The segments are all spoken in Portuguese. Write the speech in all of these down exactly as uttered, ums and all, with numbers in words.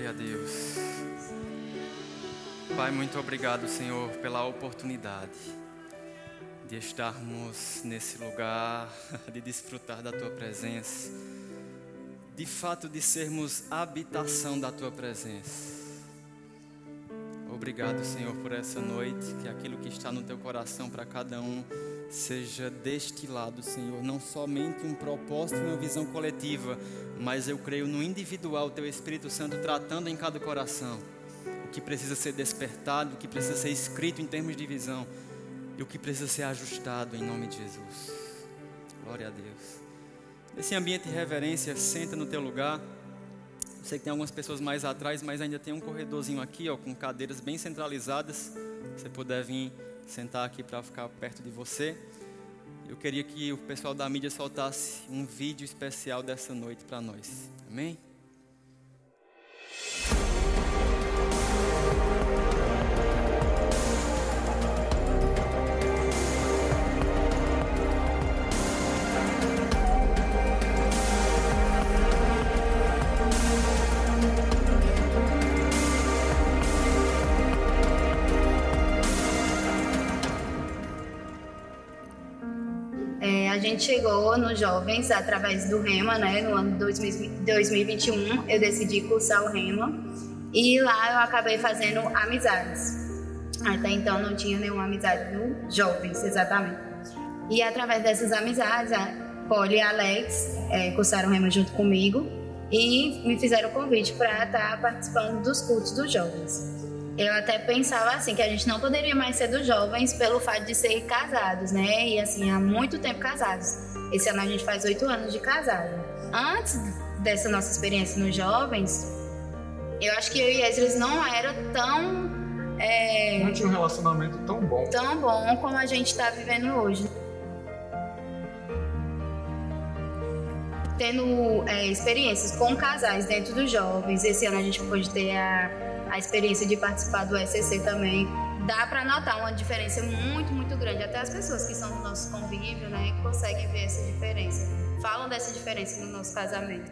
Glória a Deus. Pai, muito obrigado, Senhor, pela oportunidade de estarmos nesse lugar, de desfrutar da Tua presença, de fato de sermos habitação da Tua presença. Obrigado, Senhor, por essa noite, que aquilo que está no Teu coração para cada um seja destilado, Senhor, não somente um propósito e uma visão coletiva, mas eu creio no individual, Teu Espírito Santo tratando em cada coração o que precisa ser despertado, o que precisa ser escrito em termos de visão e o que precisa ser ajustado em nome de Jesus. Glória a Deus. Nesse ambiente de reverência, senta no teu lugar. Eu sei que tem algumas pessoas mais atrás, mas ainda tem um corredorzinho aqui, ó, com cadeiras bem centralizadas. Se você puder vir sentar aqui para ficar perto de você. Eu queria que o pessoal da mídia soltasse um vídeo especial dessa noite para nós. Amém? A gente chegou nos jovens através do Rema, né? No ano dois mil e vinte e um eu decidi cursar o Rema e lá eu acabei fazendo amizades. Até então não tinha nenhuma amizade no jovens, exatamente. E através dessas amizades, a Polly e a Alex é, cursaram o Rema junto comigo e me fizeram o convite para estar participando dos cultos dos jovens. Eu até pensava assim, que a gente não poderia mais ser dos jovens pelo fato de ser casados, né? E assim, há muito tempo casados. Esse ano a gente faz oito anos de casado. Antes dessa nossa experiência nos jovens, eu acho que eu e Esdras não era tão... É, não tinha um relacionamento tão bom. Tão bom como a gente está vivendo hoje. Tendo é, experiências com casais dentro dos jovens. Esse ano a gente pôde ter a... a experiência de participar do S C C também, dá para notar uma diferença muito, muito grande. Até as pessoas que são do nosso convívio, né, conseguem ver essa diferença. Falam dessa diferença no nosso casamento.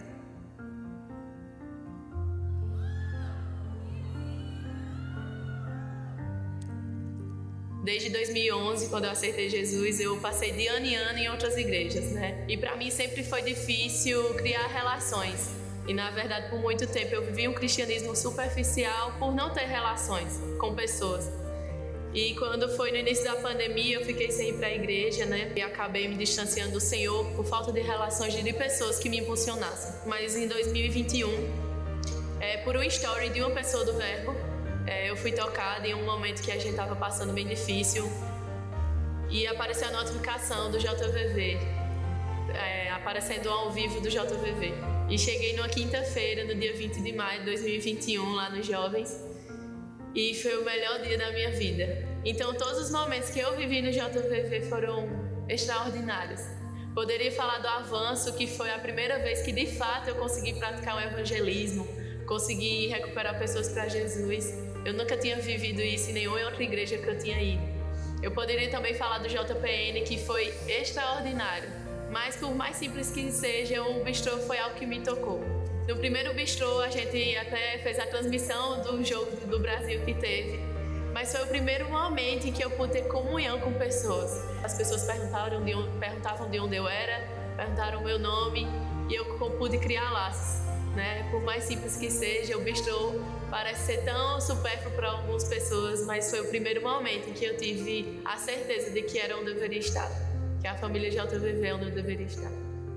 Desde dois mil e onze, quando eu aceitei Jesus, eu passei de ano em ano em outras igrejas, né? E para mim sempre foi difícil criar relações. E na verdade, por muito tempo eu vivi um cristianismo superficial por não ter relações com pessoas. E quando foi no início da pandemia, eu fiquei sem ir para a igreja, né? E acabei me distanciando do Senhor por falta de relações de pessoas que me impulsionassem. Mas em dois mil e vinte e um, é, por um story de uma pessoa do Verbo, é, eu fui tocada em um momento que a gente estava passando bem difícil. E apareceu a notificação do J V V, é, aparecendo ao vivo do J V V. E cheguei numa quinta-feira, no dia vinte de maio de dois mil e vinte e um, lá nos Jovens. E foi o melhor dia da minha vida. Então, todos os momentos que eu vivi no J V V foram extraordinários. Poderia falar do avanço, que foi a primeira vez que, de fato, eu consegui praticar um evangelismo, consegui recuperar pessoas para Jesus. Eu nunca tinha vivido isso em nenhuma outra igreja que eu tinha ido. Eu poderia também falar do J P N, que foi extraordinário. Mas por mais simples que seja, o bistrô foi algo que me tocou. No primeiro bistrô, a gente até fez a transmissão do jogo do Brasil que teve. Mas foi o primeiro momento em que eu pude ter comunhão com pessoas. As pessoas perguntaram de onde, perguntavam de onde eu era, perguntaram o meu nome e eu pude criar laços, né? Por mais simples que seja, o bistrô parece ser tão supérfluo para algumas pessoas, mas foi o primeiro momento em que eu tive a certeza de que era onde eu deveria estar. Que a família J V V é onde eu deveria estar.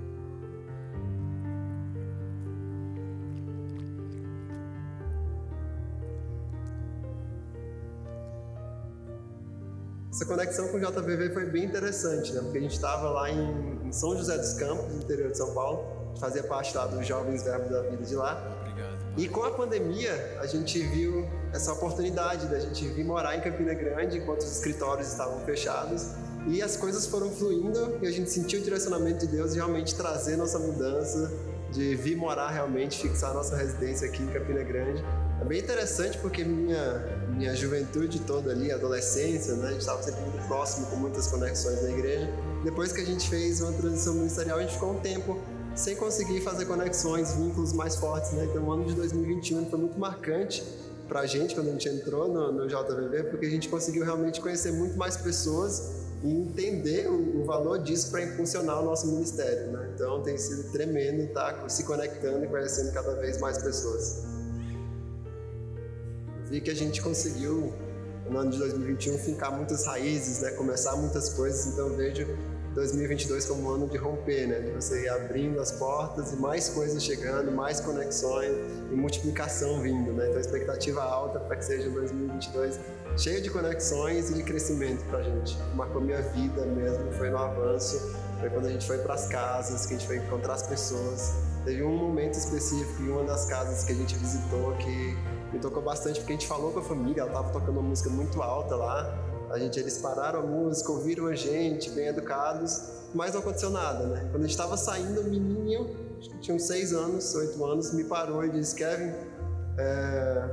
Essa conexão com o J V V foi bem interessante, né? Porque a gente estava lá em, em São José dos Campos, no interior de São Paulo, fazia parte lá dos Jovens Verbo da Vida de lá. Obrigado. E com a pandemia, a gente viu essa oportunidade da gente vir morar em Campina Grande, enquanto os escritórios estavam fechados. E as coisas foram fluindo e a gente sentiu o direcionamento de Deus de realmente trazer nossa mudança, de vir morar realmente, fixar nossa residência aqui em Campina Grande. É bem interessante porque minha, minha juventude toda ali, adolescência, né, a gente estava sempre muito próximo, com muitas conexões na igreja. Depois que a gente fez uma transição ministerial, a gente ficou um tempo sem conseguir fazer conexões, vínculos mais fortes, né? Então o ano de dois mil e vinte e um foi muito marcante pra gente quando a gente entrou no, no J V V, porque a gente conseguiu realmente conhecer muito mais pessoas e entender o, o valor disso para impulsionar o nosso ministério, né? Então tem sido tremendo estar tá, se conectando e conhecendo cada vez mais pessoas. Vi que a gente conseguiu no ano de dois mil e vinte e um fincar muitas raízes, né? Começar muitas coisas, então eu vejo dois mil e vinte e dois como um ano de romper, né? De você ir abrindo as portas e mais coisas chegando, mais conexões e multiplicação vindo, né? Então a expectativa alta para que seja dois mil e vinte e dois cheio de conexões e de crescimento pra gente. Marcou minha vida mesmo, foi no avanço, foi quando a gente foi para as casas, que a gente foi encontrar as pessoas. Teve um momento específico em uma das casas que a gente visitou que me tocou bastante, porque a gente falou com a família, ela estava tocando uma música muito alta lá. A gente, eles pararam a música, ouviram a gente, bem educados, mas não aconteceu nada, né? Quando a gente estava saindo, o menininho, acho que tinha uns seis anos, oito anos, me parou e disse: Kevin, é...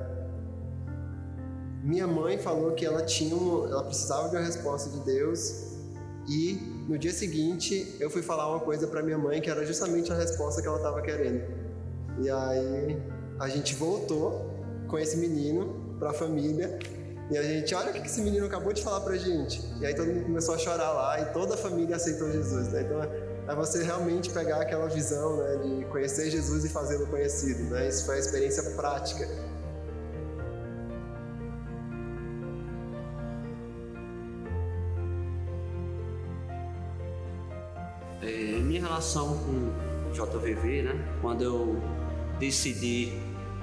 minha mãe falou que ela tinha, um... ela precisava de uma resposta de Deus, e no dia seguinte eu fui falar uma coisa para minha mãe que era justamente a resposta que ela estava querendo. E aí a gente voltou com esse menino para a família. E a gente, olha o que esse menino acabou de falar pra gente. E aí todo mundo começou a chorar lá e toda a família aceitou Jesus, né? Então é você realmente pegar aquela visão, né, de conhecer Jesus e fazê-lo conhecido, né? Isso foi a experiência prática. É, minha relação com o J V V, né? Quando eu decidi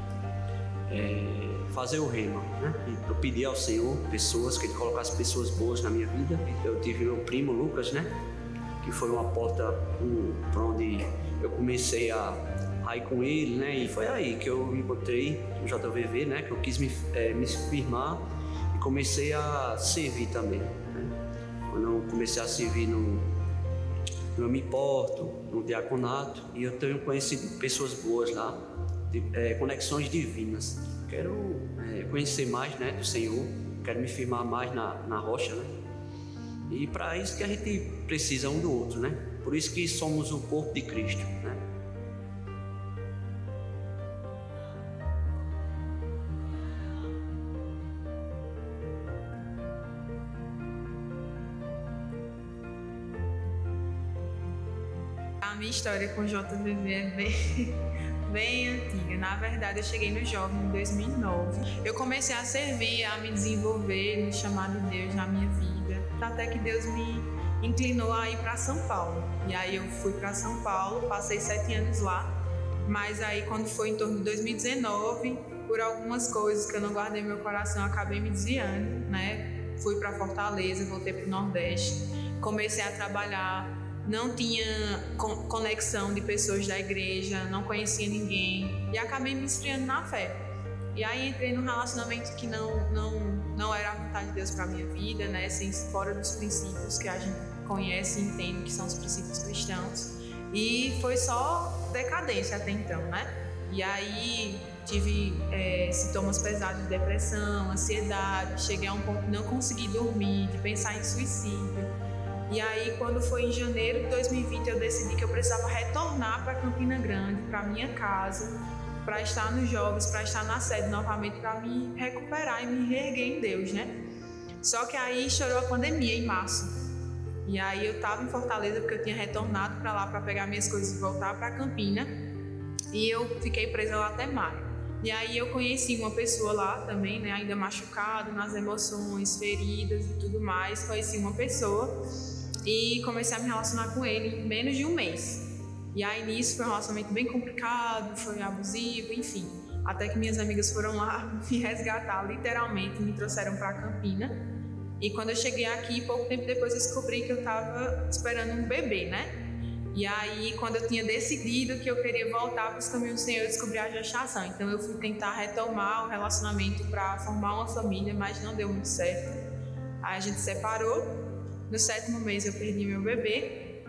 é, fazer o rema, né? Eu pedi ao Senhor pessoas, que Ele colocasse pessoas boas na minha vida. Eu tive meu primo Lucas, né? Que foi uma porta para onde eu comecei a, a ir com ele, né? E foi aí que eu encontrei o J V V, né? Que eu quis me, é, me firmar e comecei a servir também, né? Quando eu comecei a servir no, no Me Importo, no diaconato, e eu tenho conhecido pessoas boas lá, de, é, conexões divinas. Quero é, conhecer mais, né, do Senhor, quero me firmar mais na, na rocha, né? E para isso que a gente precisa um do outro, né? Por isso que somos o corpo de Cristo, né? A minha história com o J V V é bem, bem antiga. Na verdade, eu cheguei no Jovem em dois mil e nove. Eu comecei a servir, a me desenvolver no chamado de Deus na minha vida, até que Deus me inclinou a ir para São Paulo. E aí eu fui para São Paulo, passei sete anos lá. Mas aí, quando foi em torno de dois mil e dezenove, por algumas coisas que eu não guardei no meu coração, eu acabei me desviando, né? Fui para Fortaleza, voltei para o Nordeste, comecei a trabalhar. Não tinha conexão de pessoas da igreja, não conhecia ninguém e acabei me esfriando na fé. E aí entrei num relacionamento que não, não, não era a vontade de Deus para a minha vida, né? Sem, fora dos princípios que a gente conhece e entende que são os princípios cristãos. E foi só decadência até então, né? E aí tive é, sintomas pesados de depressão, ansiedade, cheguei a um ponto de não conseguir dormir, de pensar em suicídio. E aí, quando foi em janeiro de dois mil e vinte, eu decidi que eu precisava retornar para Campina Grande, para minha casa, para estar nos jovens, para estar na sede novamente, para me recuperar e me reerguer em Deus, né? Só que aí estourou a pandemia em março. E aí eu estava em Fortaleza porque eu tinha retornado para lá para pegar minhas coisas e voltar para Campina. E eu fiquei presa lá até maio. E aí eu conheci uma pessoa lá também, né? Ainda machucado nas emoções, feridas e tudo mais. Conheci uma pessoa e comecei a me relacionar com ele em menos de um mês. E aí nisso foi um relacionamento bem complicado, foi abusivo, enfim. Até que minhas amigas foram lá me resgatar, literalmente, me trouxeram para Campina. E quando eu cheguei aqui, pouco tempo depois eu descobri que eu estava esperando um bebê, né? E aí, quando eu tinha decidido que eu queria voltar para os caminhos do Senhor, eu descobri a gestação. Então eu fui tentar retomar o relacionamento para formar uma família, mas não deu muito certo. Aí a gente separou. No sétimo mês eu perdi meu bebê.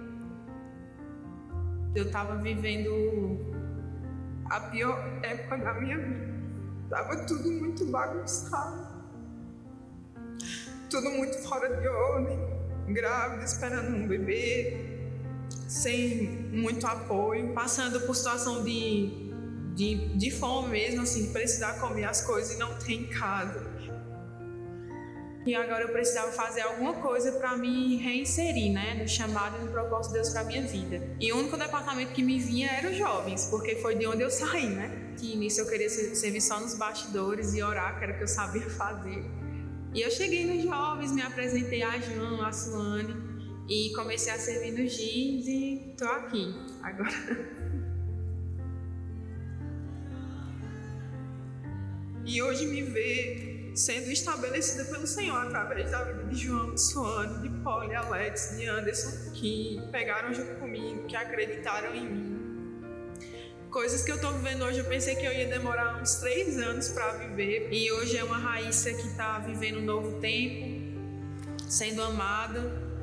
Eu estava vivendo a pior época da minha vida. Tava tudo muito bagunçado. Tudo muito fora de ordem. Grávida, esperando um bebê. sem muito apoio, passando por situação de, de, de fome mesmo, assim, de precisar comer as coisas e não ter em casa. E agora eu precisava fazer alguma coisa para me reinserir, né, no chamado e no propósito de Deus para minha vida. E o único departamento que me vinha era os jovens, porque foi de onde eu saí, né? Que início eu queria servir só nos bastidores e orar, que era o que eu sabia fazer. E eu cheguei nos jovens, me apresentei a João, a Suane, e comecei a servir nos jeans e tô aqui agora. E hoje me vê sendo estabelecida pelo Senhor através da vida de João, de Suane, de Paulo, de Alex, de Anderson, que pegaram junto comigo, que acreditaram em mim. Coisas que eu estou vivendo hoje, eu pensei que eu ia demorar uns três anos para viver. E hoje é uma Raíssa que está vivendo um novo tempo, sendo amada.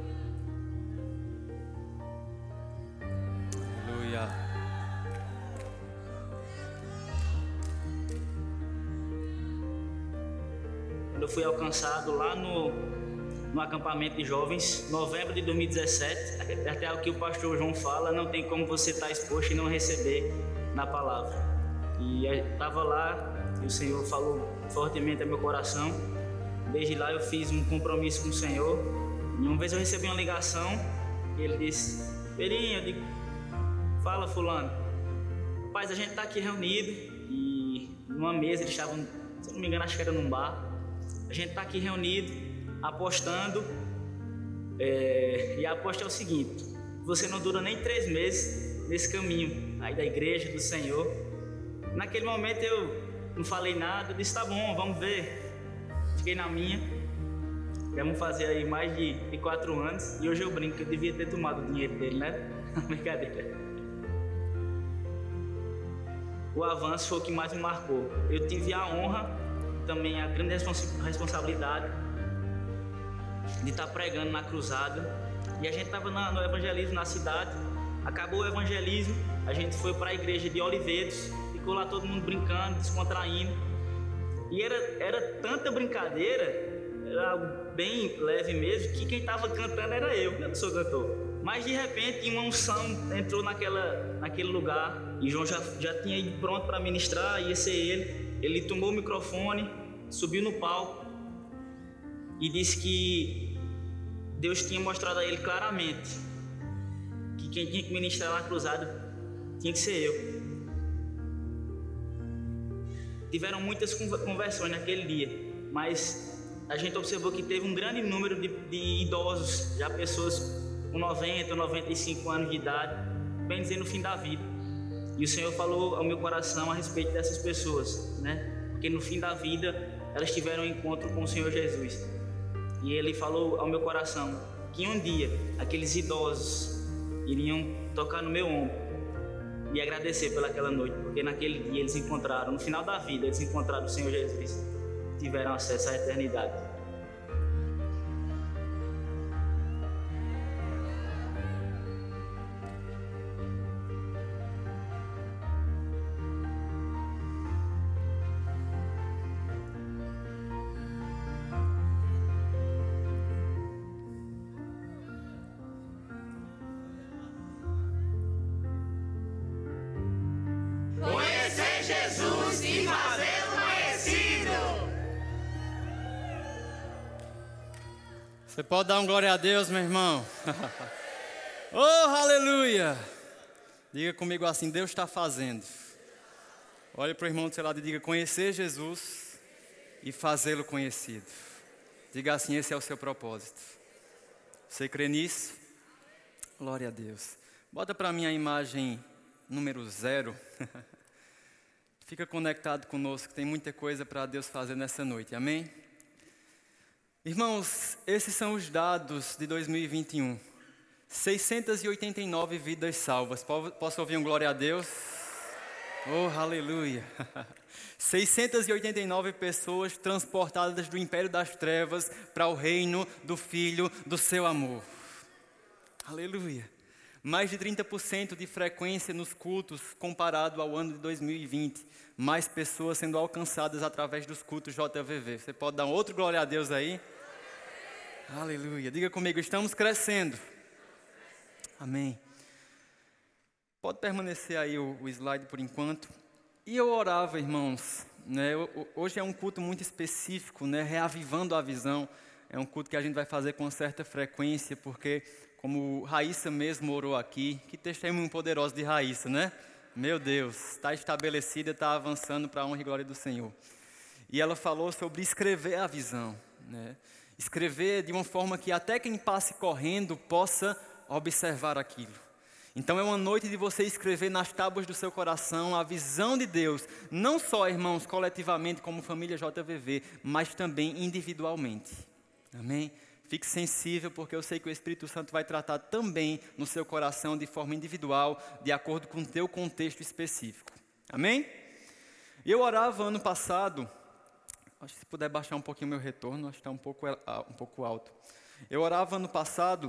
Aleluia. Eu fui alcançado lá no, no acampamento de jovens, novembro de dois mil e dezessete, até o que o pastor João fala, não tem como você estar exposto e não receber na palavra. E estava lá e o Senhor falou fortemente ao meu coração. Desde lá eu fiz um compromisso com o Senhor. E uma vez eu recebi uma ligação e ele disse: Perinho, eu digo, fala fulano, rapaz, a gente está aqui reunido e numa mesa, eles estavam, se não me engano, acho que era num bar. A gente está aqui reunido, apostando, é, e a aposta é o seguinte: você não dura nem três meses nesse caminho aí da igreja do Senhor. Naquele momento eu não falei nada, eu disse: tá bom, vamos ver. Fiquei na minha. Vamos fazer aí mais de, de quatro anos, e hoje eu brinco que eu devia ter tomado o dinheiro dele, né? Brincadeira. O avanço foi o que mais me marcou. Eu tive a honra, também a grande responsabilidade de estar pregando na cruzada. E a gente estava no evangelismo na cidade. Acabou o evangelismo, a gente foi para a igreja de Oliveiros, ficou lá todo mundo brincando, descontraindo. E era, era tanta brincadeira, era algo bem leve mesmo, que quem estava cantando era eu, eu não sou cantor. Mas de repente uma unção entrou naquela, naquele lugar, e João já, já tinha ido pronto para ministrar, ia ser ele. Ele tomou o microfone, subiu no palco e disse que Deus tinha mostrado a ele claramente que quem tinha que ministrar na cruzada tinha que ser eu. Tiveram muitas conversões naquele dia, mas a gente observou que teve um grande número de, de idosos, já pessoas com noventa, noventa e cinco anos de idade, bem dizer, no fim da vida. E o Senhor falou ao meu coração a respeito dessas pessoas, né? Porque no fim da vida elas tiveram um encontro com o Senhor Jesus. E Ele falou ao meu coração que um dia aqueles idosos iriam tocar no meu ombro e agradecer pelaquela noite, porque naquele dia eles encontraram, no final da vida, eles encontraram o Senhor Jesus, tiveram acesso à eternidade. Você pode dar um glória a Deus, meu irmão? Oh, aleluia! Diga comigo assim: Deus está fazendo. Olhe para o irmão do seu lado e diga: conhecer Jesus e fazê-lo conhecido. Diga assim: esse é o seu propósito. Você crê nisso? Glória a Deus. Bota para mim a imagem número zero. Fica conectado conosco, tem muita coisa para Deus fazer nessa noite, amém? Irmãos, esses são os dados de dois mil e vinte e um. seiscentas e oitenta e nove vidas salvas. Posso ouvir um glória a Deus? Oh, aleluia! seiscentas e oitenta e nove pessoas transportadas do império das trevas para o reino do Filho do seu amor. Aleluia! Mais de trinta por cento de frequência nos cultos comparado ao ano de dois mil e vinte. Mais pessoas sendo alcançadas através dos cultos J V V. Você pode dar um outro glória a Deus aí? Aleluia. Diga comigo: estamos crescendo. Amém. Pode permanecer aí o, o slide por enquanto. E eu orava, irmãos, né? Eu, hoje é um culto muito específico, né? Reavivando a visão. É um culto que a gente vai fazer com certa frequência, porque, como Raíssa mesmo orou aqui, que testemunho poderoso de Raíssa, né? Meu Deus, está estabelecida, está avançando para a honra e glória do Senhor. E ela falou sobre escrever a visão, né? Escrever de uma forma que até quem passe correndo possa observar aquilo. Então é uma noite de você escrever nas tábuas do seu coração a visão de Deus, não só, irmãos, coletivamente como família J V V, mas também individualmente. Amém? Fique sensível, porque eu sei que o Espírito Santo vai tratar também no seu coração de forma individual, de acordo com o teu contexto específico. Amém? Eu orava ano passado, acho que se puder baixar um pouquinho o meu retorno, acho que está um pouco, um pouco alto. Eu orava ano passado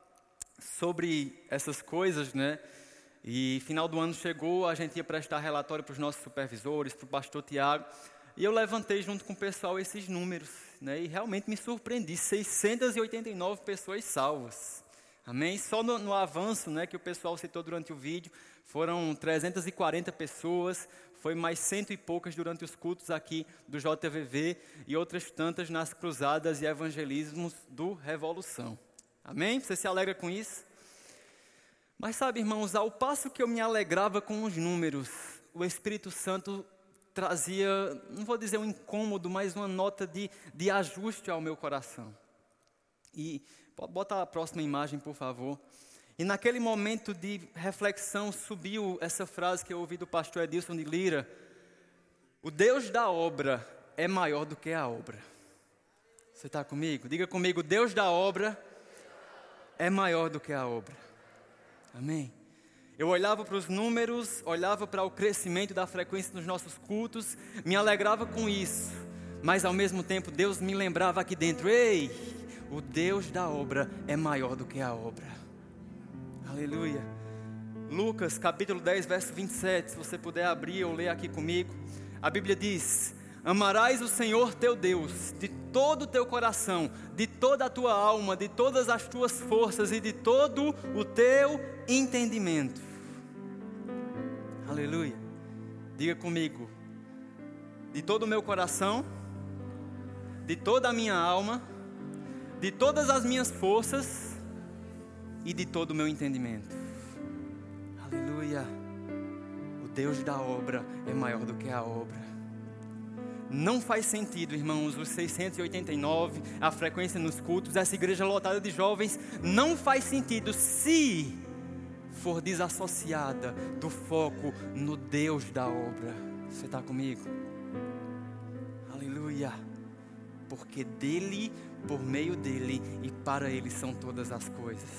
sobre essas coisas, né? E final do ano chegou, a gente ia prestar relatório para os nossos supervisores, para o pastor Tiago, e eu levantei junto com o pessoal esses números, né? E realmente me surpreendi, seiscentas e oitenta e nove pessoas salvas. Amém? Só no, no avanço, né, que o pessoal citou durante o vídeo, foram trezentas e quarenta pessoas, foi mais cento e poucas durante os cultos aqui do J V V e outras tantas nas cruzadas e evangelismos do Revolução. Amém? Você se alegra com isso? Mas sabe, irmãos, ao passo que eu me alegrava com os números, o Espírito Santo trazia, não vou dizer um incômodo, mas uma nota de, de ajuste ao meu coração. E pode botar a próxima imagem, por favor. E naquele momento de reflexão subiu essa frase que eu ouvi do pastor Edilson de Lira: o Deus da obra é maior do que a obra. Você está comigo? Diga comigo, Deus da obra é maior do que a obra. Amém? Eu olhava para os números, olhava para o crescimento da frequência dos nossos cultos, me alegrava com isso, mas ao mesmo tempo Deus me lembrava aqui dentro: ei, o Deus da obra é maior do que a obra. Aleluia. Lucas capítulo dez, verso vinte e sete, se você puder abrir ou ler aqui comigo, a Bíblia diz: amarás o Senhor teu Deus de todo o teu coração, de toda a tua alma, de todas as tuas forças e de todo o teu entendimento. Aleluia. Diga comigo: de todo o meu coração, de toda a minha alma, de todas as minhas forças e de todo o meu entendimento. Aleluia. O Deus da obra é maior do que a obra. Não faz sentido, irmãos, os seiscentos e oitenta e nove, a frequência nos cultos, essa igreja lotada de jovens, não faz sentido se for desassociada do foco no Deus da obra. Você está comigo? Aleluia. Porque dele, por meio dele e para ele são todas as coisas.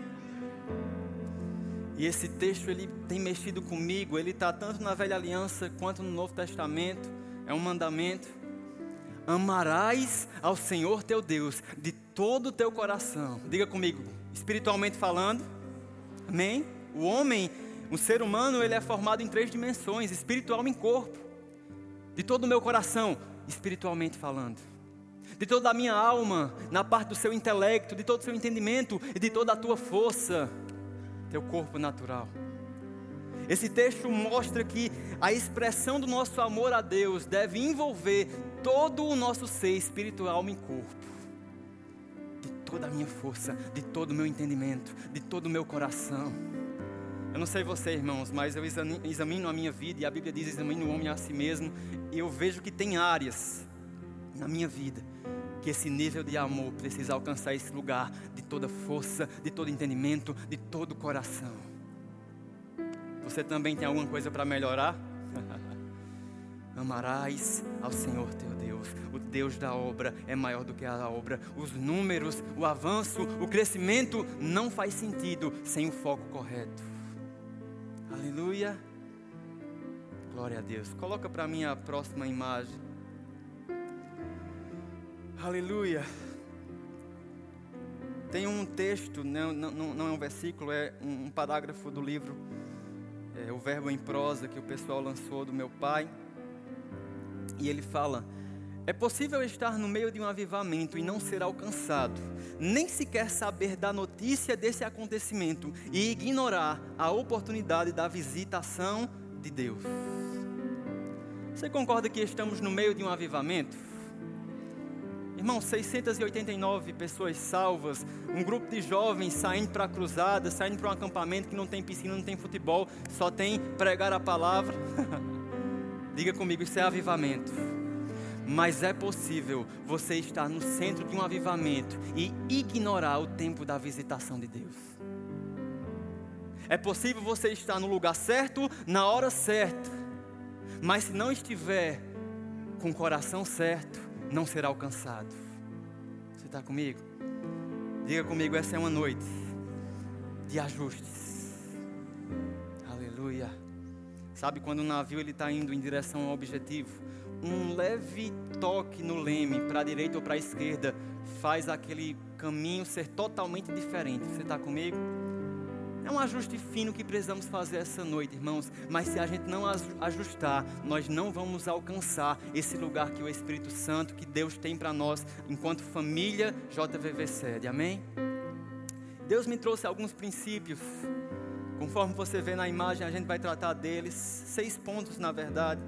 E esse texto, ele tem mexido comigo, ele está tanto na Velha Aliança quanto no Novo Testamento. É um mandamento: amarás ao Senhor teu Deus de todo o teu coração. Diga comigo, espiritualmente falando. Amém? O homem, o ser humano, ele é formado em três dimensões: espiritual em corpo, de todo o meu coração, espiritualmente falando, de toda a minha alma, na parte do seu intelecto, de todo o seu entendimento e de toda a tua força, teu corpo natural. Esse texto mostra que a expressão do nosso amor a Deus deve envolver todo o nosso ser, espiritual e corpo. De toda a minha força, de todo o meu entendimento, de todo o meu coração. Eu não sei você, irmãos, mas eu examino a minha vida, e a Bíblia diz: examine o homem a si mesmo. E eu vejo que tem áreas na minha vida que esse nível de amor precisa alcançar esse lugar de toda força, de todo entendimento, de todo o coração. Você também tem alguma coisa para melhorar? Amarás ao Senhor teu Deus. O Deus da obra é maior do que a obra. Os números, o avanço, o crescimento não faz sentido sem o foco correto. Aleluia. Glória a Deus. Coloca para mim a próxima imagem. Aleluia. Tem um texto, não, não, não é um versículo, é um, um parágrafo do livro, é, O Verbo em Prosa, que o pessoal lançou do meu pai. E ele fala: É possível estar no meio de um avivamento e não ser alcançado, nem sequer saber da notícia desse acontecimento e ignorar a oportunidade da visitação de Deus. Você concorda que estamos no meio de um avivamento? Irmão, seiscentas e oitenta e nove pessoas salvas, um grupo de jovens saindo para a cruzada, saindo para um acampamento que não tem piscina, não tem futebol, só tem pregar a palavra. Diga comigo, isso é avivamento. Mas é possível você estar no centro de um avivamento e ignorar o tempo da visitação de Deus. É possível você estar no lugar certo, na hora certa, mas se não estiver com o coração certo, não será alcançado. Você está comigo? Diga comigo, essa é uma noite de ajustes. Aleluia. Sabe quando o navio está indo em direção ao objetivo? Um leve toque no leme, para a direita ou para a esquerda, faz aquele caminho ser totalmente diferente. Você está comigo? É um ajuste fino que precisamos fazer essa noite, irmãos. Mas se a gente não ajustar, nós não vamos alcançar esse lugar que o Espírito Santo, que Deus tem para nós, enquanto família J V V sede. Amém? Deus me trouxe alguns princípios. Conforme você vê na imagem, a gente vai tratar deles. Seis pontos, na verdade.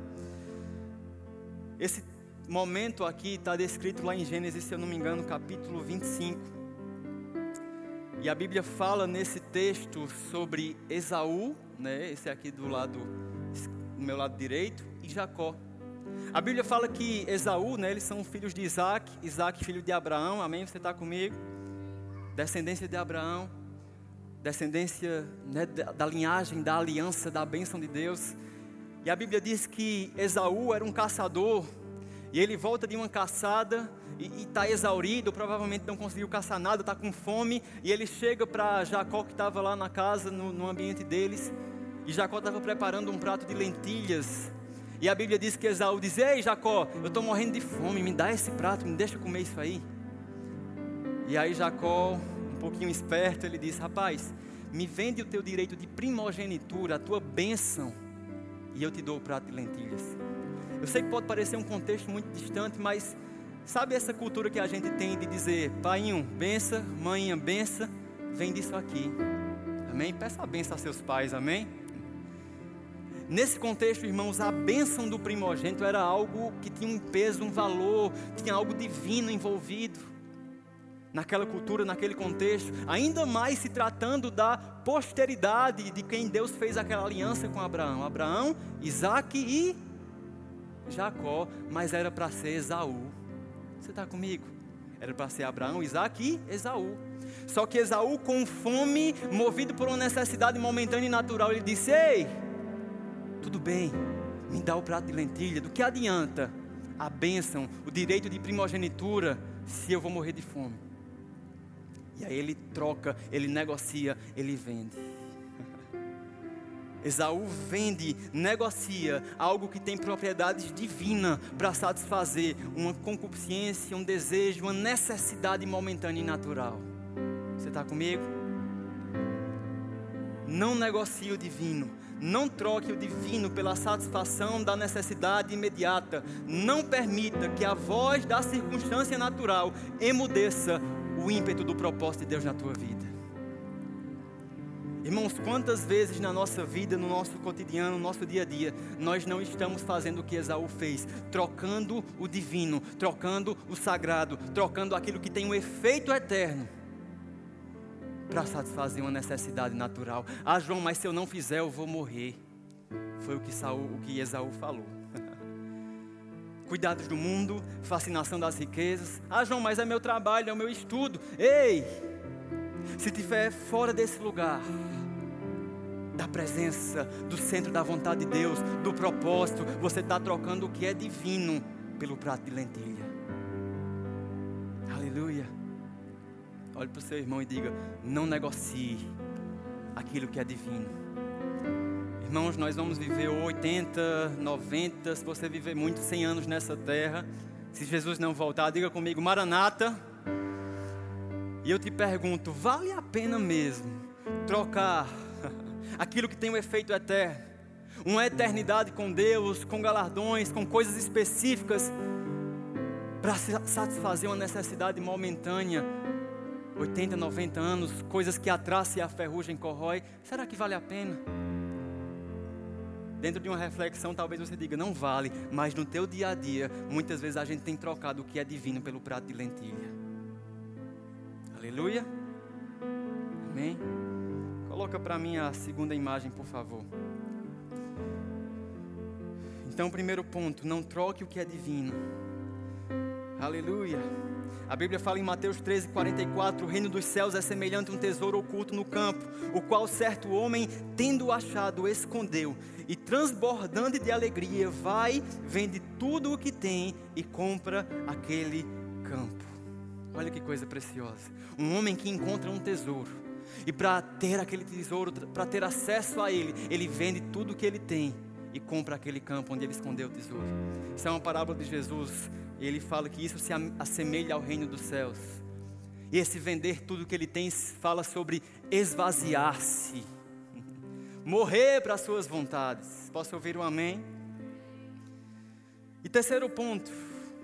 Esse momento aqui está descrito lá em Gênesis, se eu não me engano, capítulo vinte e cinco. E a Bíblia fala nesse texto sobre Esaú, né, esse aqui do lado, do meu lado direito, e Jacó. A Bíblia fala que Esaú, né, eles são filhos de Isaac, Isaac filho de Abraão, amém? Você está comigo? Descendência de Abraão, descendência, né, da, da linhagem, da aliança, da bênção de Deus. E a Bíblia diz que Esaú era um caçador, e ele volta de uma caçada e está exaurido, provavelmente não conseguiu caçar nada, está com fome, e ele chega para Jacó que estava lá na casa, no, no ambiente deles, e Jacó estava preparando um prato de lentilhas, e a Bíblia diz que Esaú diz: ei Jacó, eu estou morrendo de fome, me dá esse prato, me deixa comer isso aí. E aí Jacó, um pouquinho esperto, ele diz: rapaz, me vende o teu direito de primogenitura, a tua bênção, e eu te dou o prato de lentilhas. Eu sei que pode parecer um contexto muito distante, mas sabe essa cultura que a gente tem de dizer: paiinho, bença, mãinha, bença, vem disso aqui. Amém? Peça a benção a seus pais, amém? Nesse contexto, irmãos, a bênção do primogênito era algo que tinha um peso, um valor, tinha algo divino envolvido. Naquela cultura, naquele contexto, ainda mais se tratando da posteridade de quem Deus fez aquela aliança com Abraão. Abraão, Isaac e Jacó, mas era para ser Esaú. Você está comigo? Era para ser Abraão, Isaac e Esaú. Só que Esaú, com fome, movido por uma necessidade momentânea e natural, ele disse: ei, tudo bem, me dá o prato de lentilha. Do que adianta a bênção, o direito de primogenitura, se eu vou morrer de fome? E aí ele troca, ele negocia, ele vende. Esaú vende, negocia algo que tem propriedades divinas para satisfazer uma concupiscência, um desejo, uma necessidade momentânea e natural. Você está comigo? Não negocie o divino, não troque o divino pela satisfação da necessidade imediata. Não permita que a voz da circunstância natural emudeça o ímpeto do propósito de Deus na tua vida. Irmãos, quantas vezes na nossa vida, no nosso cotidiano, no nosso dia a dia, nós não estamos fazendo o que Esaú fez, trocando o divino, trocando o sagrado, trocando aquilo que tem um efeito eterno, para satisfazer uma necessidade natural. Ah, João, mas se eu não fizer, eu vou morrer. Foi o que, Saul, o que Esaú falou. Cuidados do mundo, fascinação das riquezas. Ah, João, mas é meu trabalho, é o meu estudo. Ei, se estiver fora desse lugar, da presença, do centro da vontade de Deus, do propósito, você está trocando o que é divino pelo prato de lentilha. Aleluia. Olhe para o seu irmão e diga: não negocie aquilo que é divino. Irmãos, nós vamos viver oitenta, noventa, se você viver muito, cem anos nessa terra. Se Jesus não voltar, diga comigo: Maranata. E eu te pergunto, vale a pena mesmo trocar aquilo que tem um efeito eterno, uma eternidade com Deus, com galardões, com coisas específicas, para satisfazer uma necessidade momentânea, oitenta, noventa anos, coisas que a traça e a ferrugem corrói, será que vale a pena? Dentro de uma reflexão, talvez você diga, não vale, mas no teu dia a dia, muitas vezes a gente tem trocado o que é divino pelo prato de lentilha. Aleluia. Amém. Coloca para mim a segunda imagem, por favor. Então, primeiro ponto, não troque o que é divino. Aleluia. A Bíblia fala em Mateus treze, quarenta e quatro, o reino dos céus é semelhante a um tesouro oculto no campo, o qual certo homem, tendo achado, escondeu, e transbordando de alegria, vai, vende tudo o que tem e compra aquele campo. Olha que coisa preciosa. Um homem que encontra um tesouro, e para ter aquele tesouro, para ter acesso a ele, ele vende tudo o que ele tem e compra aquele campo onde ele escondeu o tesouro. Isso é uma parábola de Jesus. Ele fala que isso se assemelha ao reino dos céus. E esse vender tudo que ele tem fala sobre esvaziar-se, morrer para as suas vontades. Posso ouvir um amém? E terceiro ponto,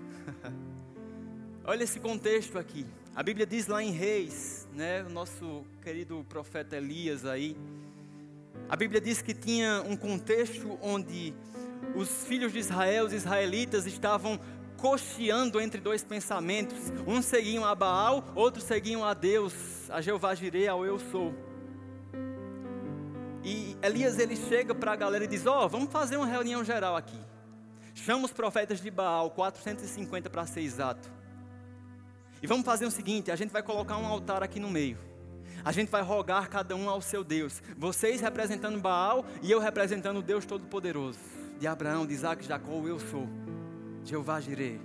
olha esse contexto aqui. A Bíblia diz lá em Reis, né, o nosso querido profeta Elias aí, a Bíblia diz que tinha um contexto onde os filhos de Israel, os israelitas, estavam cocheando entre dois pensamentos. Uns seguiam a Baal, outros seguiam a Deus, a Jeová Jireh, ao Eu Sou. E Elias, ele chega para a galera e diz, ó, oh, vamos fazer uma reunião geral aqui. Chama os profetas de Baal, quatrocentos e cinquenta para ser exato. E vamos fazer o seguinte, a gente vai colocar um altar aqui no meio. A gente vai rogar cada um ao seu Deus. Vocês representando Baal e eu representando o Deus Todo-Poderoso. De Abraão, de Isaac, de Jacó, o Eu Sou. Jeová Jireh.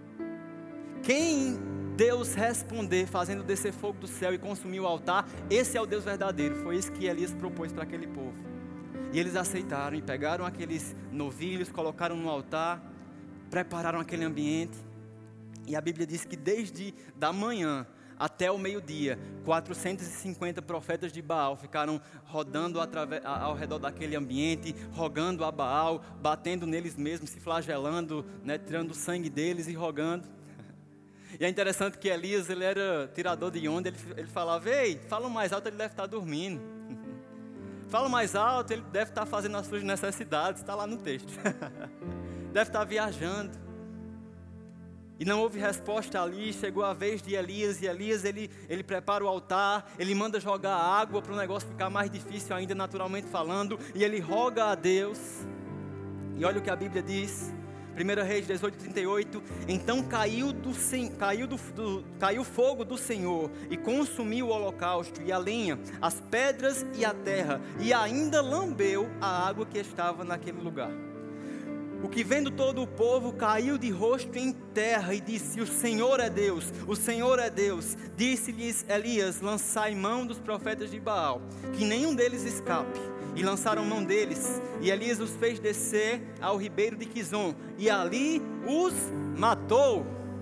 Quem Deus responder fazendo descer fogo do céu e consumir o altar, esse é o Deus verdadeiro. Foi isso que Elias propôs para aquele povo. E eles aceitaram e pegaram aqueles novilhos, colocaram no altar, prepararam aquele ambiente. E a Bíblia diz que desde da manhã até o meio-dia, quatrocentos e cinquenta profetas de Baal ficaram rodando atrave- ao redor daquele ambiente, rogando a Baal, batendo neles mesmos, se flagelando, né, tirando o sangue deles e rogando. E é interessante que Elias, ele era tirador de onda, ele, ele falava, ei, fala mais alto, ele deve estar dormindo. Fala mais alto, ele deve estar fazendo as suas necessidades, está lá no texto. Deve estar viajando. E não houve resposta ali, chegou a vez de Elias, e Elias, ele, ele prepara o altar, ele manda jogar água para o negócio ficar mais difícil ainda, naturalmente falando, e ele roga a Deus. E olha o que a Bíblia diz, primeira Reis dezoito, trinta e oito, então caiu, do, caiu, do, do, caiu fogo do Senhor, e consumiu o holocausto, e a lenha, as pedras e a terra, e ainda lambeu a água que estava naquele lugar. O que vendo todo o povo caiu de rosto em terra e disse, o Senhor é Deus, o Senhor é Deus. Disse-lhes Elias, lançai mão dos profetas de Baal, que nenhum deles escape. E lançaram mão deles, e Elias os fez descer ao ribeiro de Quizon, e ali os matou.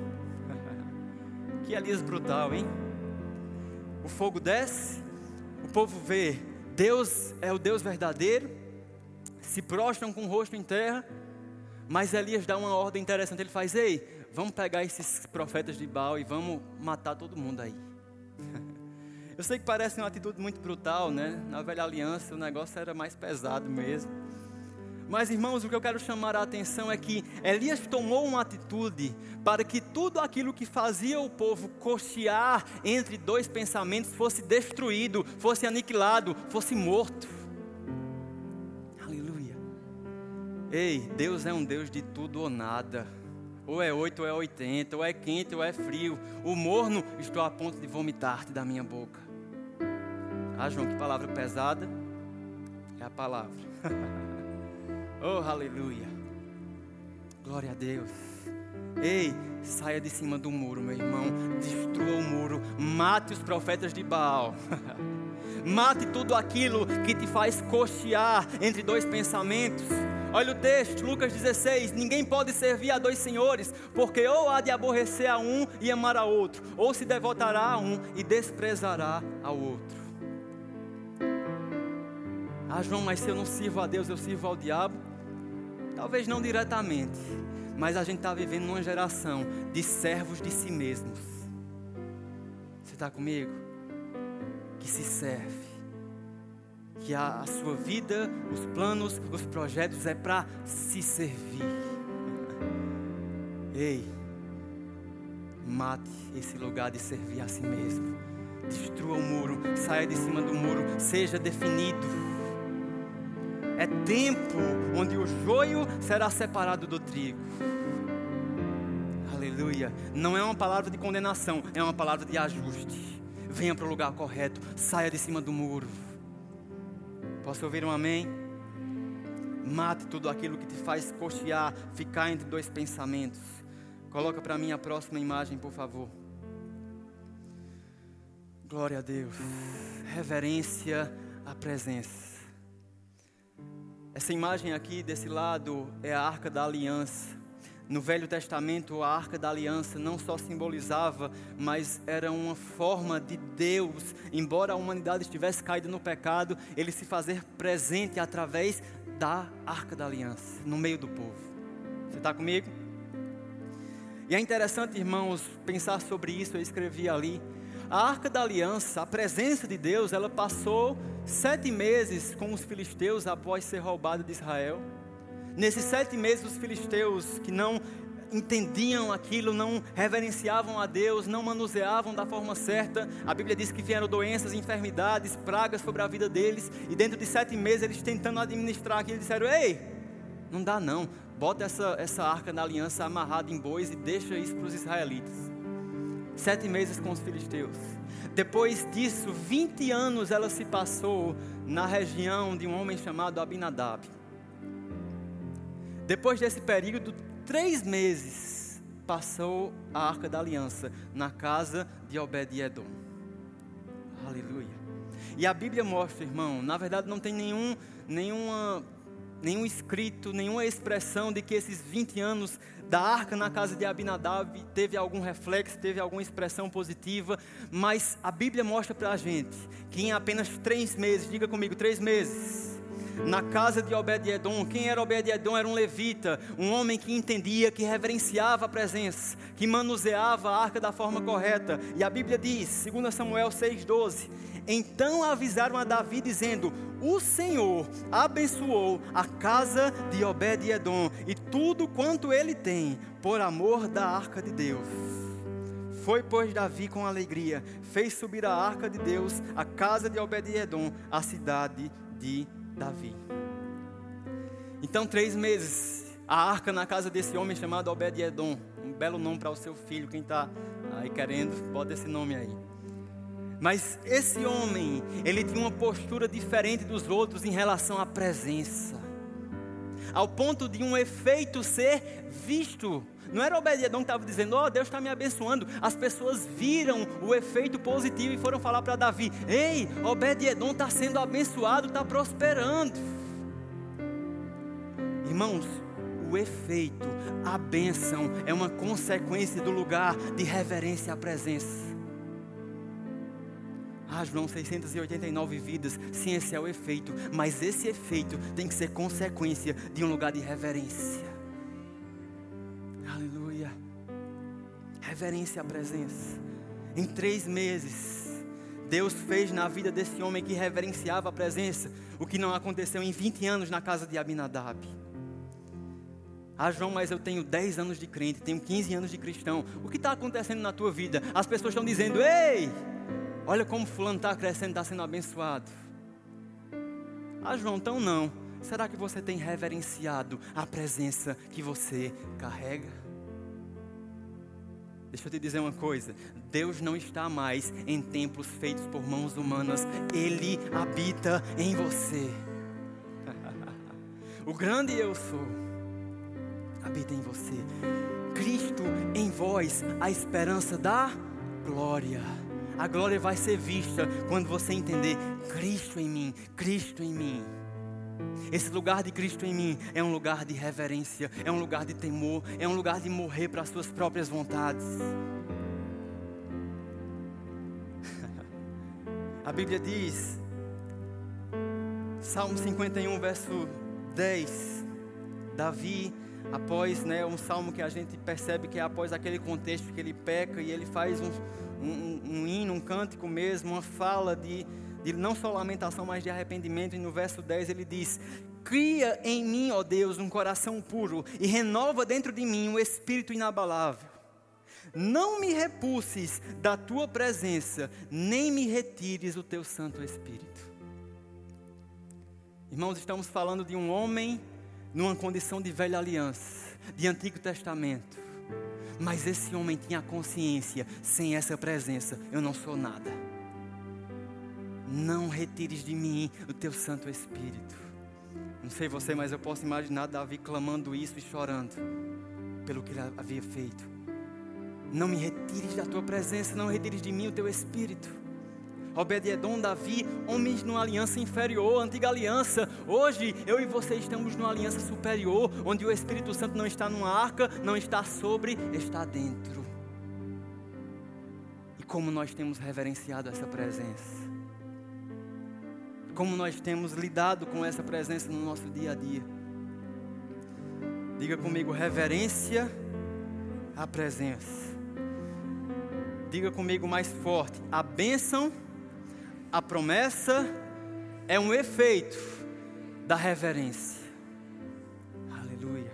Que Elias brutal, hein? O fogo desce, o povo vê, Deus é o Deus verdadeiro, se prostram com o rosto em terra. Mas Elias dá uma ordem interessante, ele faz, ei, vamos pegar esses profetas de Baal e vamos matar todo mundo aí. Eu sei que parece uma atitude muito brutal, né? Na velha aliança o negócio era mais pesado mesmo. Mas irmãos, o que eu quero chamar a atenção é que Elias tomou uma atitude para que tudo aquilo que fazia o povo cochear entre dois pensamentos fosse destruído, fosse aniquilado, fosse morto. Ei, Deus é um Deus de tudo ou nada. Ou é oito ou é oitenta, ou é quente ou é frio. O morno, estou a ponto de vomitar-te da minha boca. Ah, João, que palavra pesada. É a palavra. Oh, aleluia. Glória a Deus. Ei, saia de cima do muro, meu irmão. Destrua o muro. Mate os profetas de Baal. Mate tudo aquilo que te faz cochear entre dois pensamentos. Olha o texto, Lucas dezesseis, ninguém pode servir a dois senhores, porque ou há de aborrecer a um e amar a outro, ou se devotará a um e desprezará ao outro. Ah, João, mas se eu não sirvo a Deus, eu sirvo ao diabo? Talvez não diretamente, Mas a gente está vivendo numa geração de servos de si mesmos. Você está comigo? Que se serve. Que a, a sua vida, os planos, os projetos é para se servir. Ei, mate esse lugar de servir a si mesmo. Destrua o muro, saia de cima do muro, seja definido. É tempo onde o joio será separado do trigo. Aleluia. Não é uma palavra de condenação, é uma palavra de ajuste. Venha para o lugar correto, saia de cima do muro. Posso ouvir um amém? Mate tudo aquilo que te faz cochear, ficar entre dois pensamentos. Coloca para mim a próxima imagem, por favor. Glória a Deus. Reverência à presença. Essa imagem aqui desse lado é a Arca da Aliança. No Velho Testamento, a Arca da Aliança não só simbolizava, mas era uma forma de Deus, embora a humanidade estivesse caída no pecado, Ele se fazer presente através da Arca da Aliança, no meio do povo. Você está comigo? E é interessante, irmãos, pensar sobre isso. Eu escrevi ali. A Arca da Aliança, a presença de Deus, ela passou sete meses com os filisteus após ser roubada de Israel. Nesses sete meses, os filisteus que não entendiam aquilo, não reverenciavam a Deus, não manuseavam da forma certa. A Bíblia diz que vieram doenças, enfermidades, pragas sobre a vida deles. E dentro de sete meses, eles tentando administrar aquilo, disseram: ei, não dá não, bota essa, essa Arca da Aliança amarrada em bois e deixa isso para os israelitas. Sete meses com os filisteus. Depois disso, vinte anos ela se passou na região de um homem chamado Abinadab. Depois desse período, três meses passou a Arca da Aliança na casa de Obed-edom. Aleluia. E a Bíblia mostra, irmão, na verdade não tem nenhum, nenhuma, nenhum escrito, nenhuma expressão de que esses vinte anos da arca na casa de Abinadab teve algum reflexo, teve alguma expressão positiva, mas a Bíblia mostra para a gente que em apenas três meses, diga comigo, três meses, na casa de Obed-edom. Quem era Obed-edom? Era um levita, um homem que entendia, que reverenciava a presença, que manuseava a arca da forma correta. E a Bíblia diz, segundo Samuel seis, doze, então avisaram a Davi dizendo: o Senhor abençoou a casa de Obed-edom e tudo quanto ele tem, por amor da arca de Deus. Foi, pois, Davi com alegria, fez subir a arca de Deus, a casa de Obed-edom, a cidade de Davi. Então, três meses, a arca na casa desse homem chamado Obed-edom. Um belo nome para o seu filho. Quem está aí querendo, bota esse nome aí. Mas esse homem, ele tinha uma postura diferente dos outros em relação à presença, ao ponto de um efeito ser visto. Não era Obed-edom que estava dizendo: ó, oh, Deus está me abençoando. As pessoas viram o efeito positivo e foram falar para Davi: ei, Obed-edom está sendo abençoado, está prosperando. Irmãos, o efeito, a bênção é uma consequência do lugar de reverência à presença. Ah, João, seiscentas e oitenta e nove vidas, sim, esse é o efeito, mas esse efeito tem que ser consequência de um lugar de reverência. Aleluia. Reverência à presença. Em três meses, Deus fez na vida desse homem que reverenciava a presença o que não aconteceu em vinte anos na casa de Abinadab. Ah, João, mas eu tenho dez anos de crente, tenho quinze anos de cristão. O que está acontecendo na tua vida? As pessoas estão dizendo: ei, olha como fulano está crescendo, está sendo abençoado. Ah, João, então não. Será que você tem reverenciado a presença que você carrega? Deixa eu te dizer uma coisa. Deus não está mais em templos feitos por mãos humanas. Ele habita em você. O grande eu sou habita em você. Cristo em vós, a esperança da glória. A glória vai ser vista quando você entender: Cristo em mim, Cristo em mim. Esse lugar de Cristo em mim é um lugar de reverência, é um lugar de temor, é um lugar de morrer para as suas próprias vontades. A Bíblia diz, Salmo cinquenta e um, verso dez, Davi após, né, um salmo que a gente percebe que é após aquele contexto que ele peca e ele faz um, um, um hino, um cântico mesmo, uma fala de, de não só lamentação, mas de arrependimento. E no verso dez ele diz: cria em mim, ó Deus, um coração puro e renova dentro de mim um espírito inabalável. Não me repulses da tua presença, nem me retires o teu Santo Espírito. Irmãos, estamos falando de um homem numa condição de velha aliança, de Antigo Testamento. Mas esse homem tinha consciência: sem essa presença eu não sou nada. Não retires de mim o teu Santo Espírito. Não sei você, mas eu posso imaginar Davi clamando isso e chorando pelo que ele havia feito. Não me retires da tua presença, não retires de mim o teu Espírito. Obed-edom, Davi, homens numa aliança inferior, antiga aliança. Hoje, eu e você estamos numa aliança superior, onde o Espírito Santo não está numa arca, não está sobre, está dentro. E como nós temos reverenciado essa presença? Como nós temos lidado com essa presença no nosso dia a dia? Diga comigo: reverência à presença. Diga comigo mais forte: a bênção, a promessa é um efeito da reverência. Aleluia.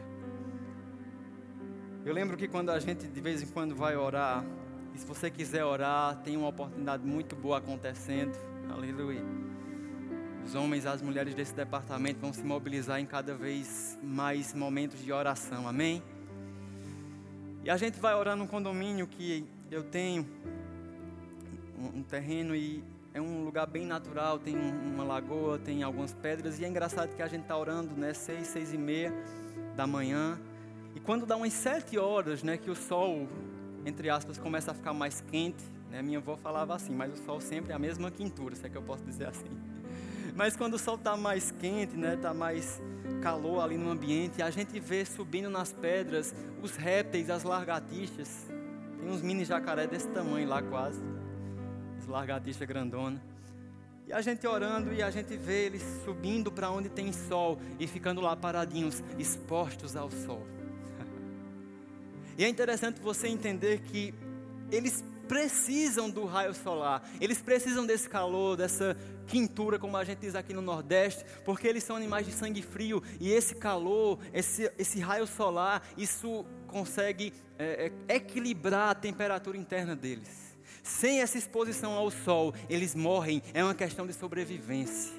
Eu lembro que quando a gente de vez em quando vai orar, e se você quiser orar, tem uma oportunidade muito boa acontecendo. Aleluia. Os homens e as mulheres desse departamento vão se mobilizar em cada vez mais momentos de oração. Amém? E a gente vai orar num condomínio que eu tenho um, um terreno e é um lugar bem natural, tem um, uma lagoa, tem algumas pedras. E é engraçado que a gente está orando, né, seis, seis e meia da manhã. E quando dá umas sete horas, né, que o sol, entre aspas, começa a ficar mais quente, né, minha avó falava assim, mas o sol sempre é a mesma quintura, se é que eu posso dizer assim. Mas quando o sol está mais quente, né, está mais calor ali no ambiente, a gente vê subindo nas pedras os répteis, as lagartixas. Tem uns mini jacaré desse tamanho lá quase, as lagartixas grandonas. E a gente orando e a gente vê eles subindo para onde tem sol e ficando lá paradinhos, expostos ao sol. E é interessante você entender que eles precisam do raio solar, eles precisam desse calor, dessa quintura, como a gente diz aqui no Nordeste, porque eles são animais de sangue frio, e esse calor, esse, esse raio solar, isso consegue é, é, equilibrar a temperatura interna deles. Sem essa exposição ao sol, eles morrem, é uma questão de sobrevivência.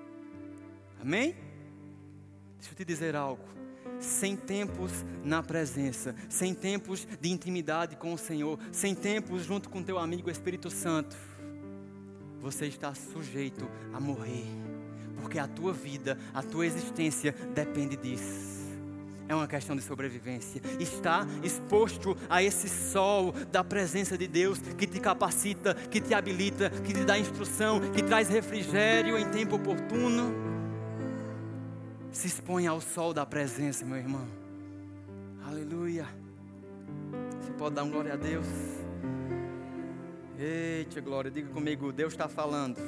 Amém? Deixa eu te dizer algo. Sem tempos na presença, sem tempos de intimidade com o Senhor, sem tempos junto com teu amigo Espírito Santo, você está sujeito a morrer, porque a tua vida, a tua existência depende disso. É uma questão de sobrevivência. Está exposto a esse sol da presença de Deus, que te capacita, que te habilita, que te dá instrução, que traz refrigério em tempo oportuno. Se expõe ao sol da presença, meu irmão. Aleluia. Você pode dar um glória a Deus? Eita glória, diga comigo: Deus está falando.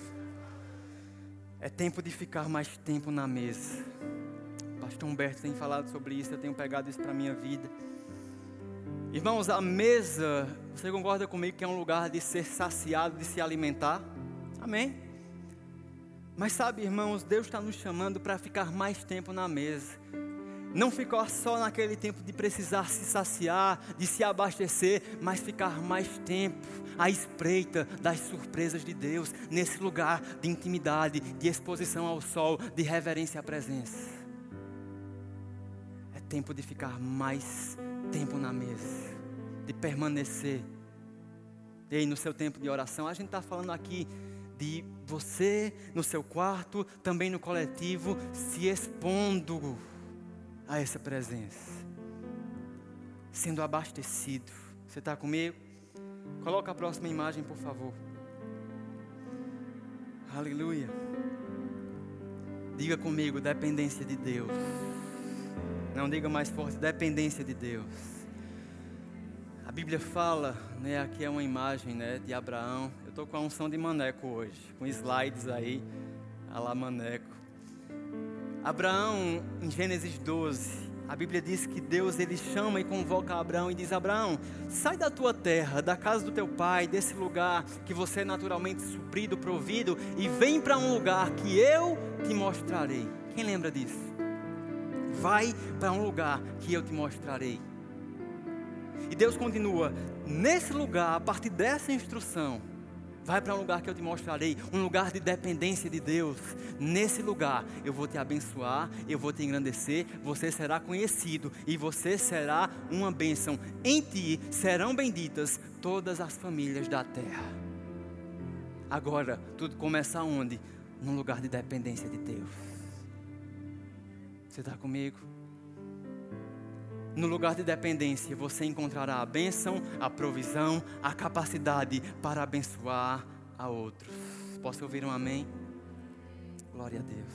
É tempo de ficar mais tempo na mesa. O pastor Humberto tem falado sobre isso, eu tenho pegado isso para a minha vida. Irmãos, a mesa, você concorda comigo que é um lugar de ser saciado, de se alimentar? Amém? Mas sabe, irmãos, Deus está nos chamando para ficar mais tempo na mesa. Não ficar só naquele tempo de precisar se saciar, de se abastecer, mas ficar mais tempo à espreita das surpresas de Deus, nesse lugar de intimidade, de exposição ao sol, de reverência à presença. É tempo de ficar mais tempo na mesa, de permanecer. E aí, no seu tempo de oração, a gente está falando aqui de você no seu quarto, também no coletivo, se expondo a essa presença, sendo abastecido. Você está comigo? Coloca a próxima imagem, por favor. Aleluia. Diga comigo: dependência de Deus. Não, diga mais forte: dependência de Deus. A Bíblia fala, né, aqui é uma imagem, né, de Abraão. Eu estou com a unção de Maneco hoje, com slides aí, a lá Maneco. Abraão, em Gênesis doze, A Bíblia diz que Deus ele chama e convoca Abraão e diz: Abraão, sai da tua terra, da casa do teu pai, desse lugar que você é naturalmente suprido, provido, e vem para um lugar que eu te mostrarei. Quem lembra disso? Vai para um lugar que eu te mostrarei. E Deus continua: nesse lugar, a partir dessa instrução, vai para um lugar que eu te mostrarei, um lugar de dependência de Deus. Nesse lugar eu vou te abençoar, eu vou te engrandecer, você será conhecido e você será uma bênção. Em ti serão benditas todas as famílias da terra. Agora, tudo começa onde? Num lugar de dependência de Deus. Você está comigo? No lugar de dependência, você encontrará a bênção, a provisão, a capacidade para abençoar a outros. Posso ouvir um amém? Glória a Deus.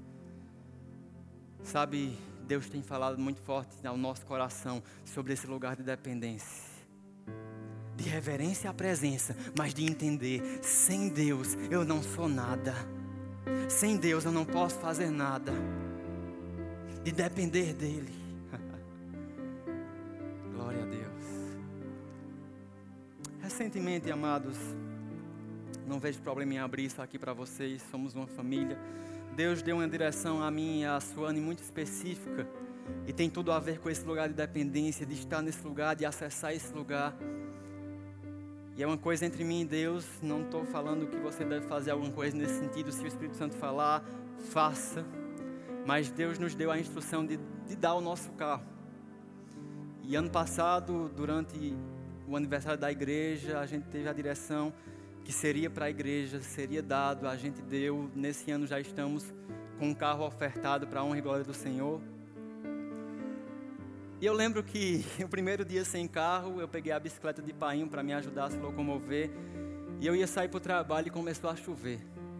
Sabe, Deus tem falado muito forte ao nosso coração sobre esse lugar de dependência. De reverência à presença, mas de entender, sem Deus eu não sou nada. Sem Deus eu não posso fazer nada. De depender dEle. Glória a Deus. Recentemente, amados, não vejo problema em abrir isso aqui para vocês, somos uma família. Deus deu uma direção a mim e a Suane muito específica, e tem tudo a ver com esse lugar de dependência, de estar nesse lugar, de acessar esse lugar. E é uma coisa entre mim e Deus. Não estou falando que você deve fazer alguma coisa nesse sentido. Se o Espírito Santo falar, faça. Mas Deus nos deu a instrução de, de dar o nosso carro. E ano passado, durante o aniversário da igreja, a gente teve a direção que seria para a igreja, seria dado, a gente deu. Nesse ano já estamos com um carro ofertado para a honra e glória do Senhor. E eu lembro que o primeiro dia sem carro, eu peguei a bicicleta de painho para me ajudar a se locomover. E eu ia sair para o trabalho e começou a chover.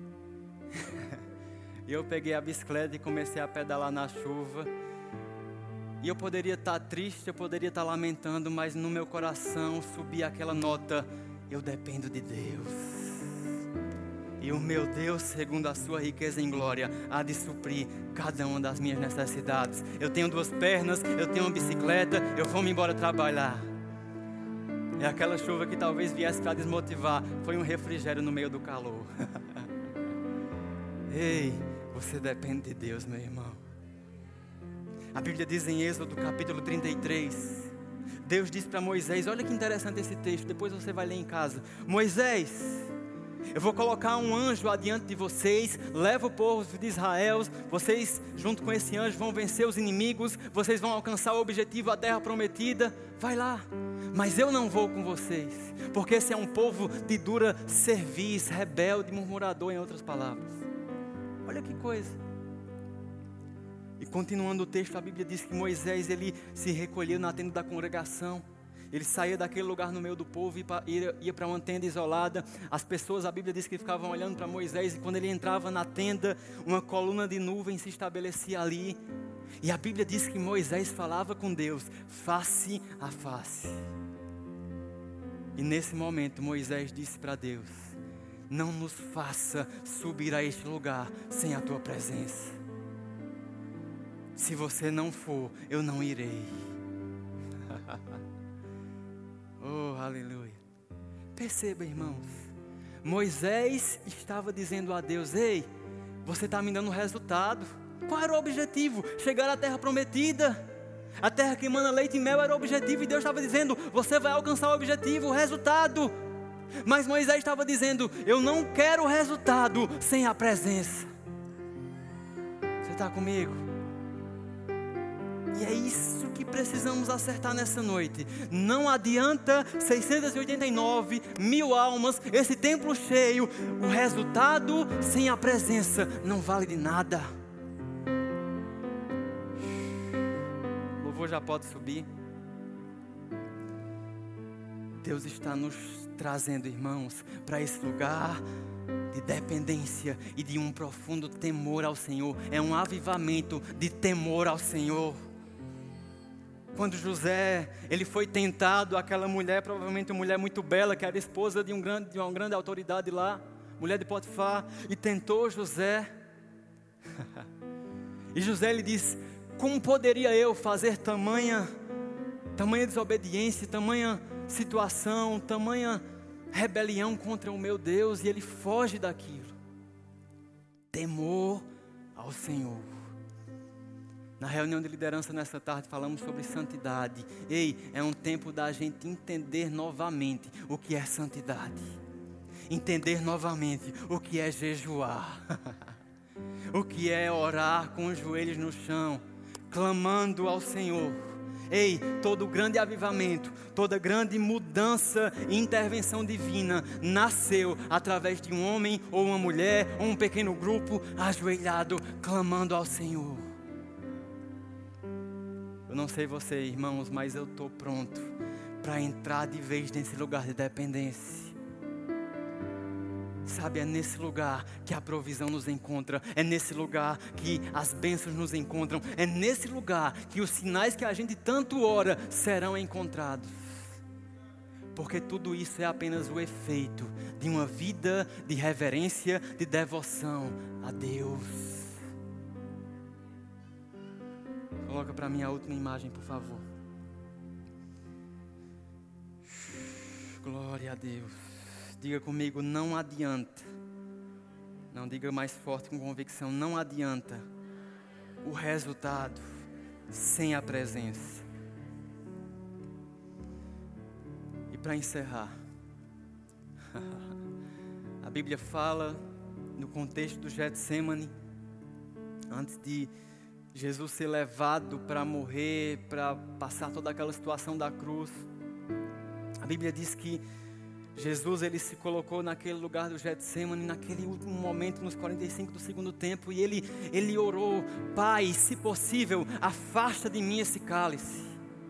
E eu peguei a bicicleta e comecei a pedalar na chuva. E eu poderia estar triste, eu poderia estar lamentando, mas no meu coração subia aquela nota: eu dependo de Deus. E o meu Deus, segundo a sua riqueza em glória, há de suprir cada uma das minhas necessidades. Eu tenho duas pernas, eu tenho uma bicicleta, eu vou me embora trabalhar. E aquela chuva que talvez viesse para desmotivar, foi um refrigério no meio do calor. Ei, você depende de Deus, meu irmão. A Bíblia diz em Êxodo capítulo trinta e três, Deus disse para Moisés, olha que interessante esse texto, depois você vai ler em casa. Moisés, eu vou colocar um anjo adiante de vocês, leva o povo de Israel, vocês junto com esse anjo vão vencer os inimigos, vocês vão alcançar o objetivo, a terra prometida, vai lá. Mas eu não vou com vocês, porque esse é um povo de dura cerviz, rebelde, murmurador, em outras palavras. Olha que coisa. E continuando o texto, a Bíblia diz que Moisés, ele se recolheu na tenda da congregação. Ele saía daquele lugar no meio do povo e ia para uma tenda isolada. As pessoas, a Bíblia diz que ficavam olhando para Moisés. E quando ele entrava na tenda, uma coluna de nuvem se estabelecia ali. E a Bíblia diz que Moisés falava com Deus face a face. E nesse momento Moisés disse para Deus: não nos faça subir a este lugar sem a tua presença. Se você não for, eu não irei. Oh, aleluia. Perceba, irmãos, Moisés estava dizendo a Deus: ei, você está me dando resultado. Qual era o objetivo? Chegar à terra prometida. A terra que emana leite e mel era o objetivo. E Deus estava dizendo: você vai alcançar o objetivo, o resultado. Mas Moisés estava dizendo: eu não quero o resultado sem a presença. Você está comigo? E é isso que precisamos acertar nessa noite. Não adianta seiscentos e oitenta e nove mil almas, esse templo cheio. O resultado sem a presença não vale de nada. O louvor já pode subir. Deus está nos trazendo, irmãos, para esse lugar de dependência e de um profundo temor ao Senhor. É um avivamento de temor ao Senhor. Quando José, ele foi tentado, aquela mulher, provavelmente uma mulher muito bela, que era esposa de, um grande, de uma grande autoridade lá, mulher de Potifar, e tentou José. E José lhe disse: como poderia eu fazer tamanha, tamanha desobediência, tamanha situação, tamanha rebelião contra o meu Deus? E ele foge daquilo. Temor ao Senhor. Na reunião de liderança nessa tarde falamos sobre santidade. Ei, é um tempo da gente entender novamente o que é santidade. Entender novamente o que é jejuar. O que é orar com os joelhos no chão, clamando ao Senhor. Ei, todo grande avivamento, toda grande mudança e intervenção divina nasceu através de um homem ou uma mulher ou um pequeno grupo ajoelhado, clamando ao Senhor. Eu não sei você, irmãos, mas eu estou pronto para entrar de vez nesse lugar de dependência. Sabe, é nesse lugar que a provisão nos encontra. É nesse lugar que as bênçãos nos encontram. É nesse lugar que os sinais que a gente tanto ora serão encontrados. Porque tudo isso é apenas o efeito de uma vida de reverência, de devoção a Deus. Coloca para mim a última imagem, por favor. Glória a Deus. Diga comigo, não adianta. Não, diga mais forte com convicção. Não adianta o resultado sem a presença. E para encerrar, a Bíblia fala no contexto do Getsemane, antes de Jesus ser levado para morrer, para passar toda aquela situação da cruz. A Bíblia diz que Jesus, ele se colocou naquele lugar do Getsemane, naquele último momento, nos quarenta e cinco do segundo tempo, e ele, ele orou: Pai, se possível, afasta de mim esse cálice.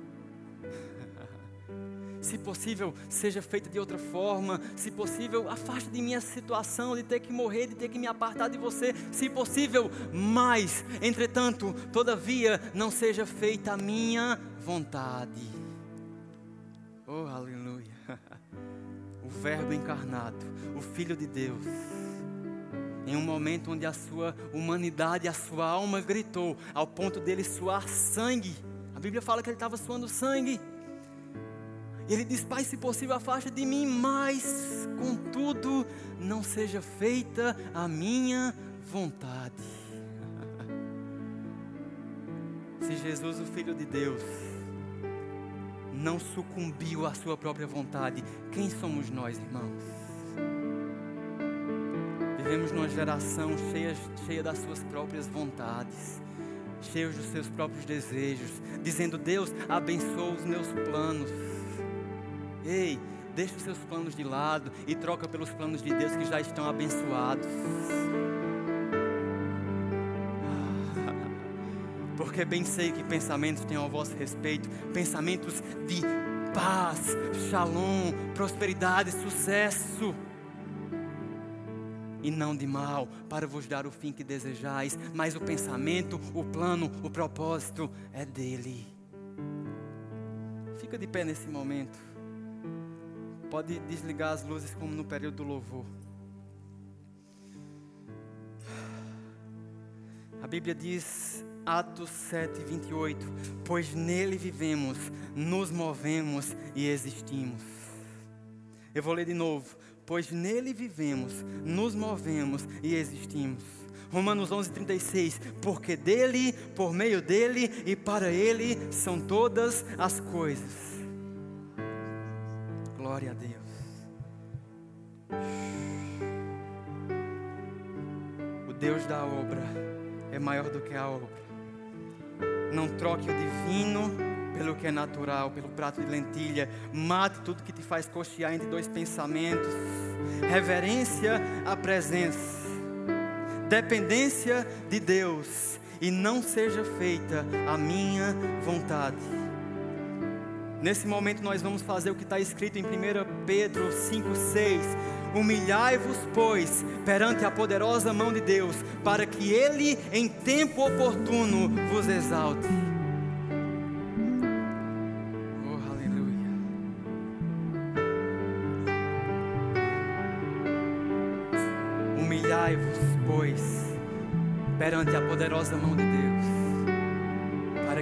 Se possível, seja feita de outra forma. Se possível, afasta de mim essa situação de ter que morrer, de ter que me apartar de você. Se possível, mas, entretanto, todavia, não seja feita a minha vontade. Oh, aleluia. O Verbo encarnado, o Filho de Deus, em um momento onde a sua humanidade, a sua alma gritou, ao ponto dele suar sangue. A Bíblia fala que ele estava suando sangue. E ele diz: Pai, se possível, afasta de mim, mas, contudo, não seja feita a minha vontade. Se Jesus, o Filho de Deus, não sucumbiu à sua própria vontade, quem somos nós, irmãos? Vivemos numa geração cheia, cheia das suas próprias vontades, cheios dos seus próprios desejos, dizendo: Deus, abençoa os meus planos. Ei, deixa os seus planos de lado e troca pelos planos de Deus que já estão abençoados. Porque bem sei que pensamentos têm ao vosso respeito, pensamentos de paz, shalom, prosperidade, sucesso, e não de mal, para vos dar o fim que desejais. Mas o pensamento, o plano, o propósito é dele. Fica de pé nesse momento. Pode desligar as luzes como no período do louvor. A Bíblia diz, Atos sete, vinte e oito, pois nele vivemos, nos movemos e existimos. Eu vou ler de novo. Pois nele vivemos, nos movemos e existimos. Romanos onze, trinta e seis, porque dele, por meio dele e para ele são todas as coisas. Glória a Deus. O Deus da obra é maior do que a obra. Não troque o divino pelo que é natural, pelo prato de lentilha. Mate tudo que te faz cochear entre dois pensamentos. Reverência à presença, dependência de Deus, e não seja feita a minha vontade. Nesse momento nós vamos fazer o que está escrito em primeira Pedro cinco, seis. Humilhai-vos, pois, perante a poderosa mão de Deus, para que Ele, em tempo oportuno, vos exalte. Oh, aleluia. Humilhai-vos, pois, perante a poderosa mão de Deus.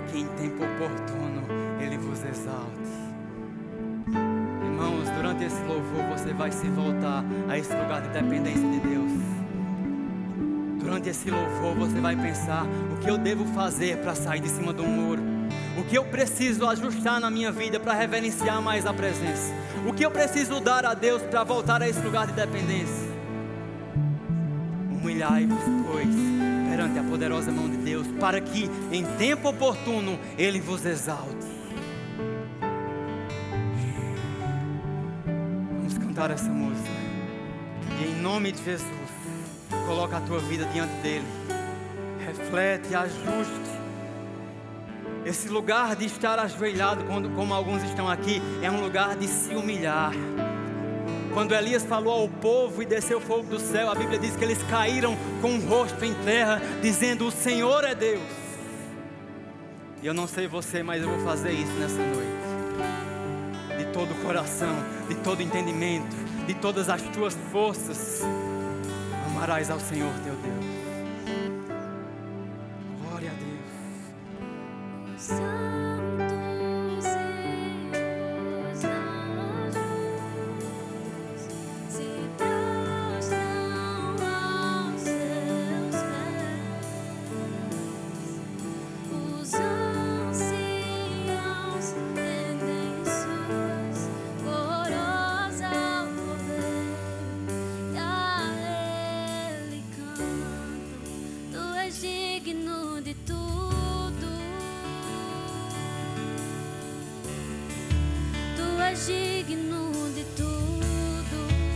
que em tempo oportuno Ele vos exalte. Irmãos, durante esse louvor você vai se voltar a esse lugar de dependência de Deus. Durante esse louvor você vai pensar: o que eu devo fazer para sair de cima do muro? O que eu preciso ajustar na minha vida para reverenciar mais a presença? O que eu preciso dar a Deus para voltar a esse lugar de dependência? Humilhai-vos, pois, perante a poderosa mão de Deus, para que em tempo oportuno Ele vos exalte. Vamos cantar essa música. E em nome de Jesus, coloca a tua vida diante dEle. Reflete, ajuste. Esse lugar de estar ajoelhado, quando, como alguns estão aqui, é um lugar de se humilhar. Quando Elias falou ao povo e desceu fogo do céu, a Bíblia diz que eles caíram com o rosto em terra, dizendo: o Senhor é Deus. E eu não sei você, mas eu vou fazer isso nessa noite. De todo o coração, de todo entendimento, de todas as tuas forças, amarás ao Senhor teu Deus. Glória a Deus. Santos e os anjos se prostram aos seus pés. Os anciãos tendem suas coroas ao poder e a Ele cantam: Tu és digno de tudo. Digno de tudo,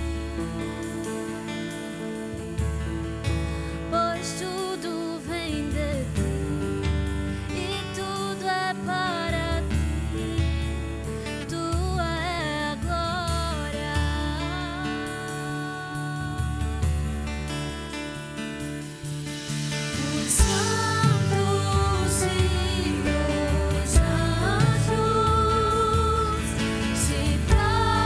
pois tudo vem de ti e tudo é para ti. Tua é a glória. Os santos e os anjos se prostram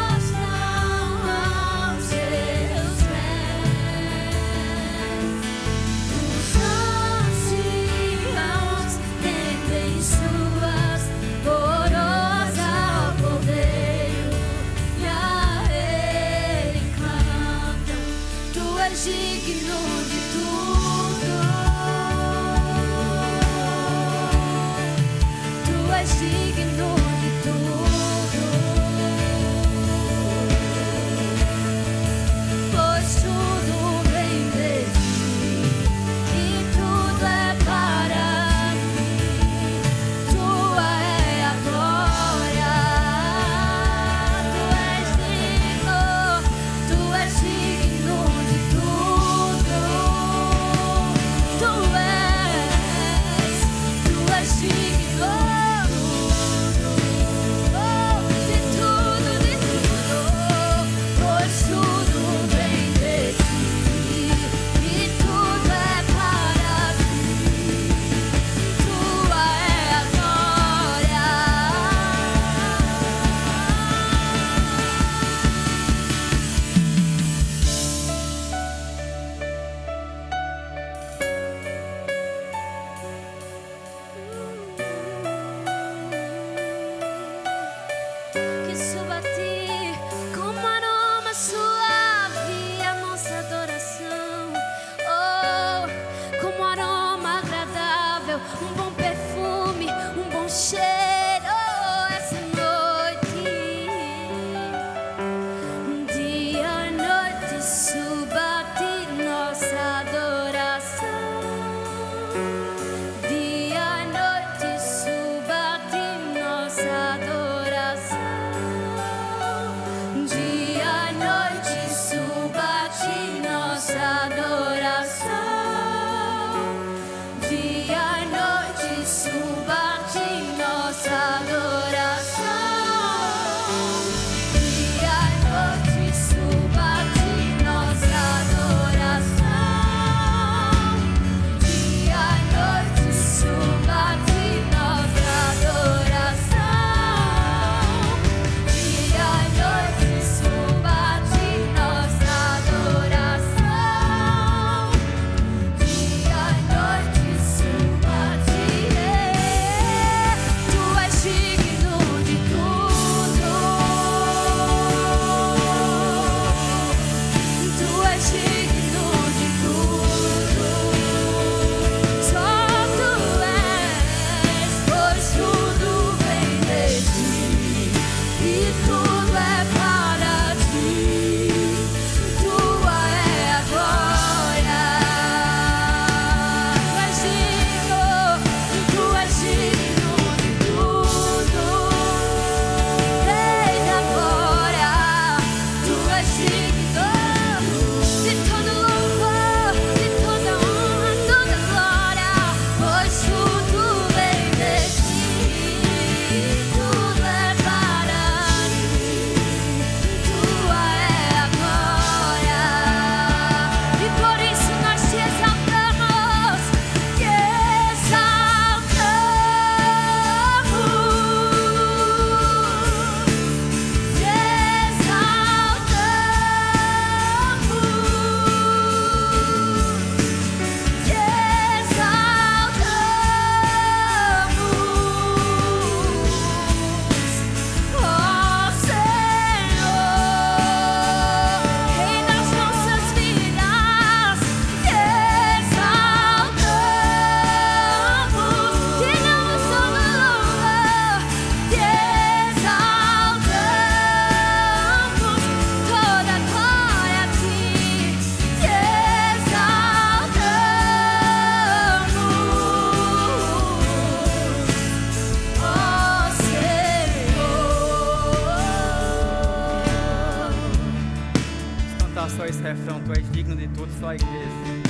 esse refrão, tu és digno de tudo, só a igreja.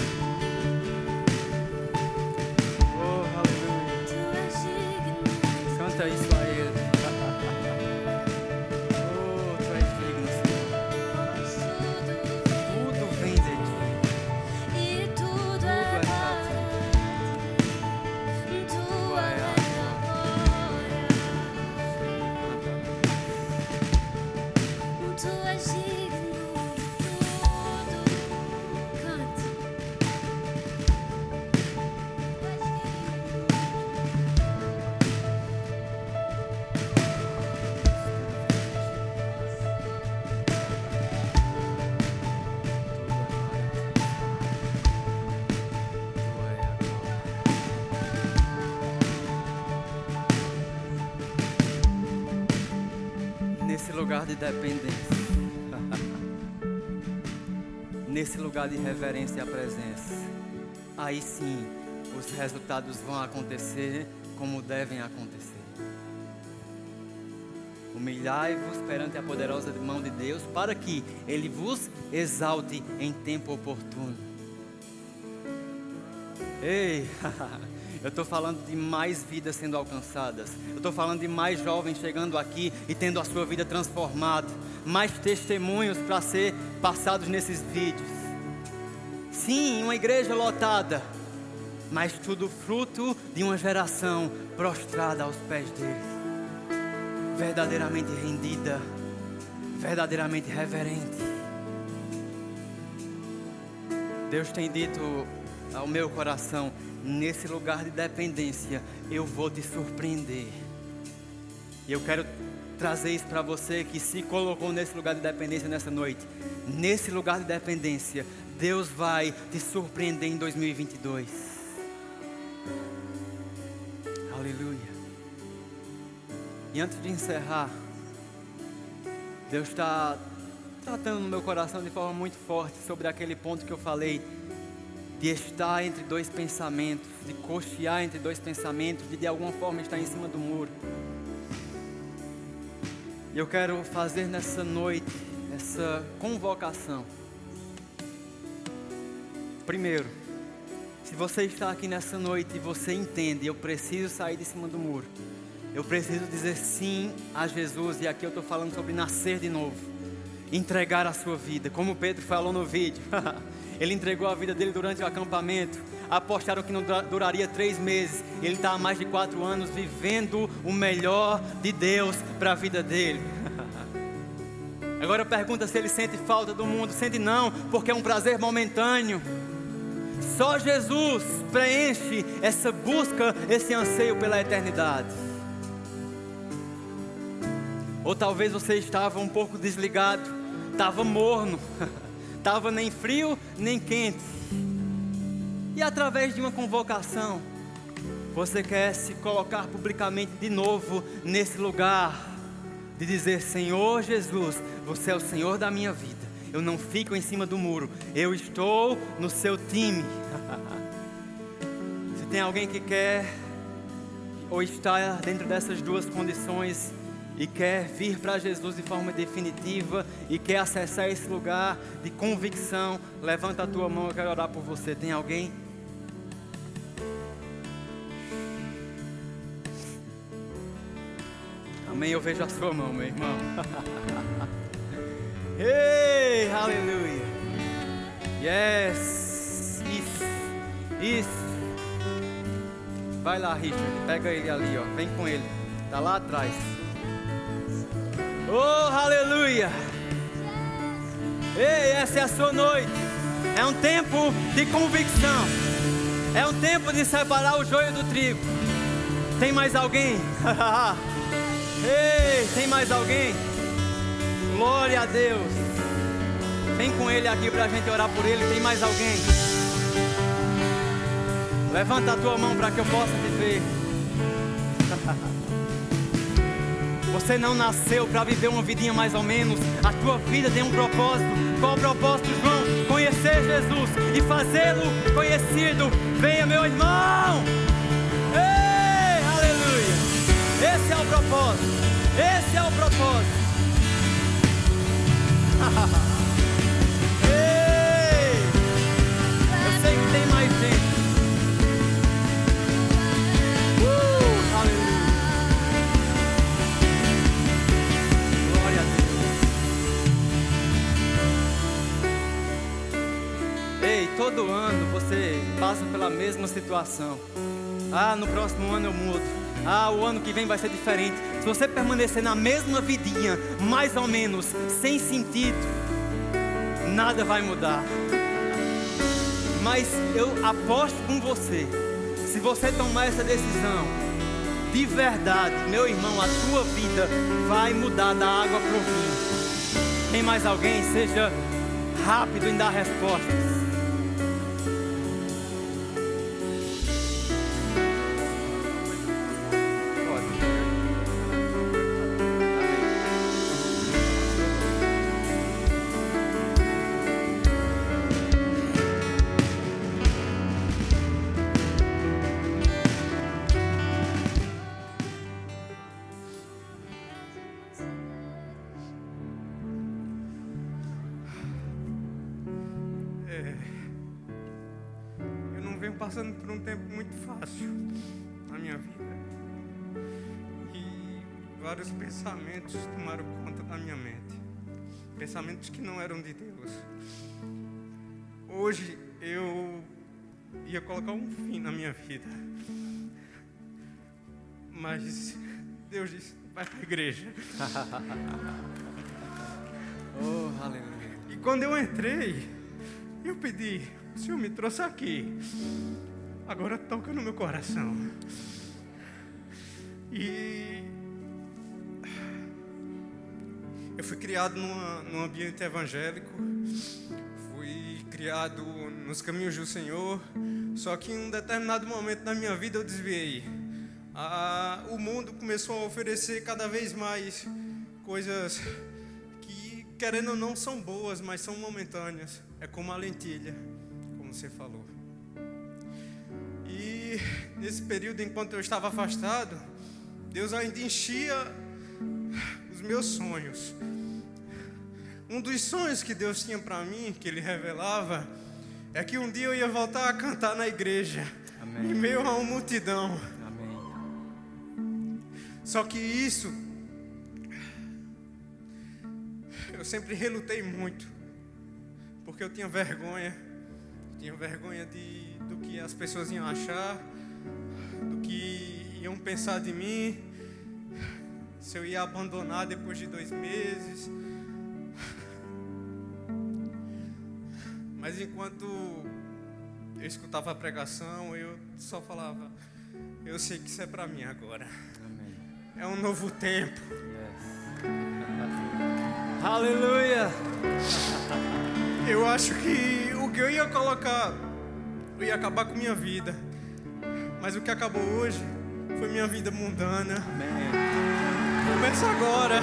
Oh, aleluia. Canta isso a ele. Oh, tu és digno, Senhor. Tudo vem de ti. E tudo Tudo é é para ti. tua Tua é a glória. Tu és digno de tudo. Cante. Nesse lugar de dependência, nesse lugar de reverência à presença, aí sim os resultados vão acontecer como devem acontecer. Humilhai-vos perante a poderosa mão de Deus, para que Ele vos exalte em tempo oportuno. Ei, eu estou falando de mais vidas sendo alcançadas. Eu estou falando de mais jovens chegando aqui e tendo a sua vida transformada. Mais testemunhos para ser passados nesses vídeos. Sim, uma igreja lotada, mas tudo fruto de uma geração prostrada aos pés dele. Verdadeiramente rendida, verdadeiramente reverente. Deus tem dito ao meu coração: nesse lugar de dependência, eu vou te surpreender. E eu quero trazer isso para você que se colocou nesse lugar de dependência nessa noite. Nesse lugar de dependência, Deus vai te surpreender em dois mil e vinte e dois. Aleluia. E antes de encerrar, Deus está tratando no meu coração de forma muito forte sobre aquele ponto que eu falei, de estar entre dois pensamentos, de cochear entre dois pensamentos, de de alguma forma estar em cima do muro. E eu quero fazer nessa noite essa convocação. Primeiro, se você está aqui nessa noite e você entende, eu preciso sair de cima do muro, eu preciso dizer sim a Jesus, e aqui eu estou falando sobre nascer de novo, entregar a sua vida, como Pedro falou no vídeo. Ele entregou a vida dele durante o acampamento. Apostaram que não duraria três meses. Ele está há mais de quatro anos vivendo o melhor de Deus para a vida dele. Agora pergunta se ele sente falta do mundo. Sente não, porque é um prazer momentâneo. Só Jesus preenche essa busca, esse anseio pela eternidade. Ou talvez você estava um pouco desligado, estava morno, estava nem frio nem quente. E através de uma convocação, você quer se colocar publicamente de novo nesse lugar de dizer: Senhor Jesus, você é o Senhor da minha vida. Eu não fico em cima do muro, eu estou no seu time. Se tem alguém que quer ou está dentro dessas duas condições e quer vir para Jesus de forma definitiva e quer acessar esse lugar de convicção, levanta a tua mão, eu quero orar por você. Tem alguém? Amém, eu vejo a sua mão, meu irmão. Ei, aleluia. Yes. Isso, isso. Vai lá, Richard, pega ele ali, ó. Vem com ele, tá lá atrás. Oh, aleluia. Ei, essa é a sua noite. É um tempo de convicção. É um tempo de separar o joio do trigo. Tem mais alguém? Ei, tem mais alguém? Glória a Deus. Vem com ele aqui pra gente orar por ele. Tem mais alguém? Levanta a tua mão para que eu possa te ver. Você não nasceu para viver uma vidinha mais ou menos. A tua vida tem um propósito. Qual o propósito, João? Conhecer Jesus e fazê-lo conhecido. Venha, meu irmão. Ei, aleluia. Esse é o propósito. Esse é o propósito. Ei. todo ano você passa pela mesma situação. Ah, no próximo ano eu mudo. Ah, o ano que vem vai ser diferente. Se você permanecer na mesma vidinha, mais ou menos, sem sentido, nada vai mudar. Mas eu aposto com você, se você tomar essa decisão, de verdade, meu irmão, a tua vida vai mudar da água para o vinho. Tem mais alguém? Seja rápido em dar respostas. Passando por um tempo muito fácil na minha vida e vários pensamentos tomaram conta da minha mente, pensamentos que não eram de Deus. Hoje eu ia colocar um fim na minha vida, mas Deus disse: vai para a igreja. Oh, aleluia. E quando eu entrei, eu pedi: o Senhor me trouxe aqui, agora toca no meu coração. E eu fui criado numa, num ambiente evangélico, fui criado nos caminhos do Senhor, só que em um determinado momento da minha vida eu desviei. Ah, o mundo começou a oferecer cada vez mais coisas que, querendo ou não, são boas, mas são momentâneas. É como a lentilha, como você falou. E nesse período, enquanto eu estava afastado, Deus ainda enchia os meus sonhos. Um dos sonhos que Deus tinha para mim, que Ele revelava, é que um dia eu ia voltar a cantar na igreja. Amém. Em meio a uma multidão. Amém. Só que isso, eu sempre relutei muito, porque eu tinha vergonha, tinha vergonha de, do que as pessoas iam achar, do que iam pensar de mim, se eu ia abandonar depois de dois meses. Mas enquanto eu escutava a pregação, eu só falava: eu sei que isso é para mim agora. Amém. É um novo tempo. Yes. Aleluia. Eu acho que o que eu ia colocar, eu ia acabar com minha vida. Mas o que acabou hoje foi minha vida mundana. Amém. Começa agora.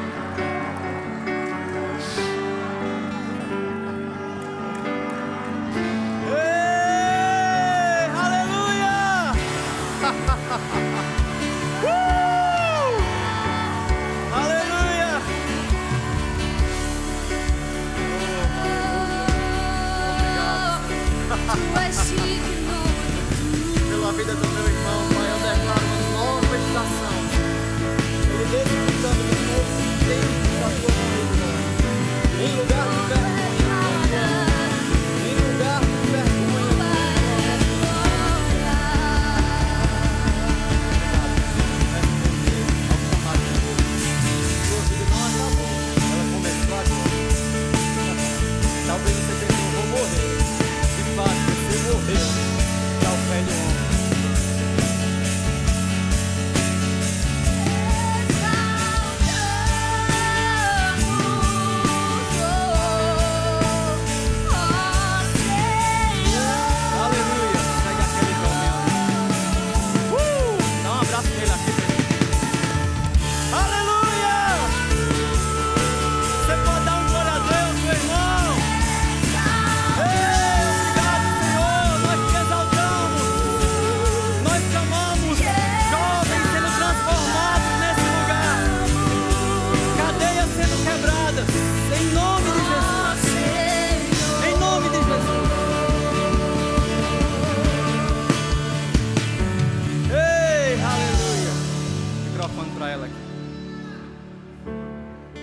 Ei, aleluia! uh! Aleluia! Tu és digno. Pela vida do meu irmão, Pai, eu declaro uma nova estação. Ele desfrutando de novo tempo da tua vida. Em lugar de vergonha, em lugar de vergonha. Sua vida não acabou, ela começou agora. Talvez você pense: eu vou morrer. De fato, você morreu para o velho homem. Aleluia. Pega aquele homem. Uh! Dá um abraço nele aqui pra gente. Aleluia. Você pode dar um glória a Deus, meu irmão. Ei, obrigado, Senhor. Nós te exaltamos. Nós te amamos. Jovens sendo transformados nesse lugar. Cadeias sendo quebradas. Em nome de Jesus. Em nome de Jesus. Ei, aleluia. Microfone para ela aqui.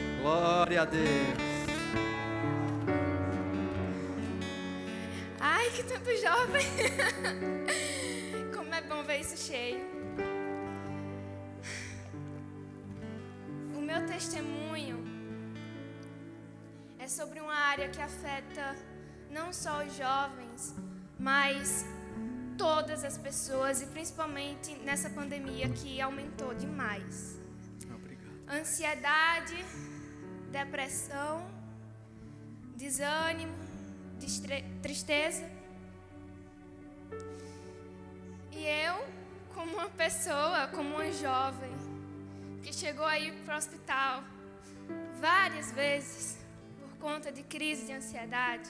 Glória a Deus. Ai, que tanto jovem. Como é bom ver isso cheio. O meu testemunho é sobre uma área que afeta não só os jovens, mas todas as pessoas, e principalmente nessa pandemia que aumentou demais. Obrigado. Ansiedade, depressão, desânimo, tristeza. E eu, como uma pessoa, como uma jovem, que chegou aí para o hospital várias vezes por conta de crise de ansiedade,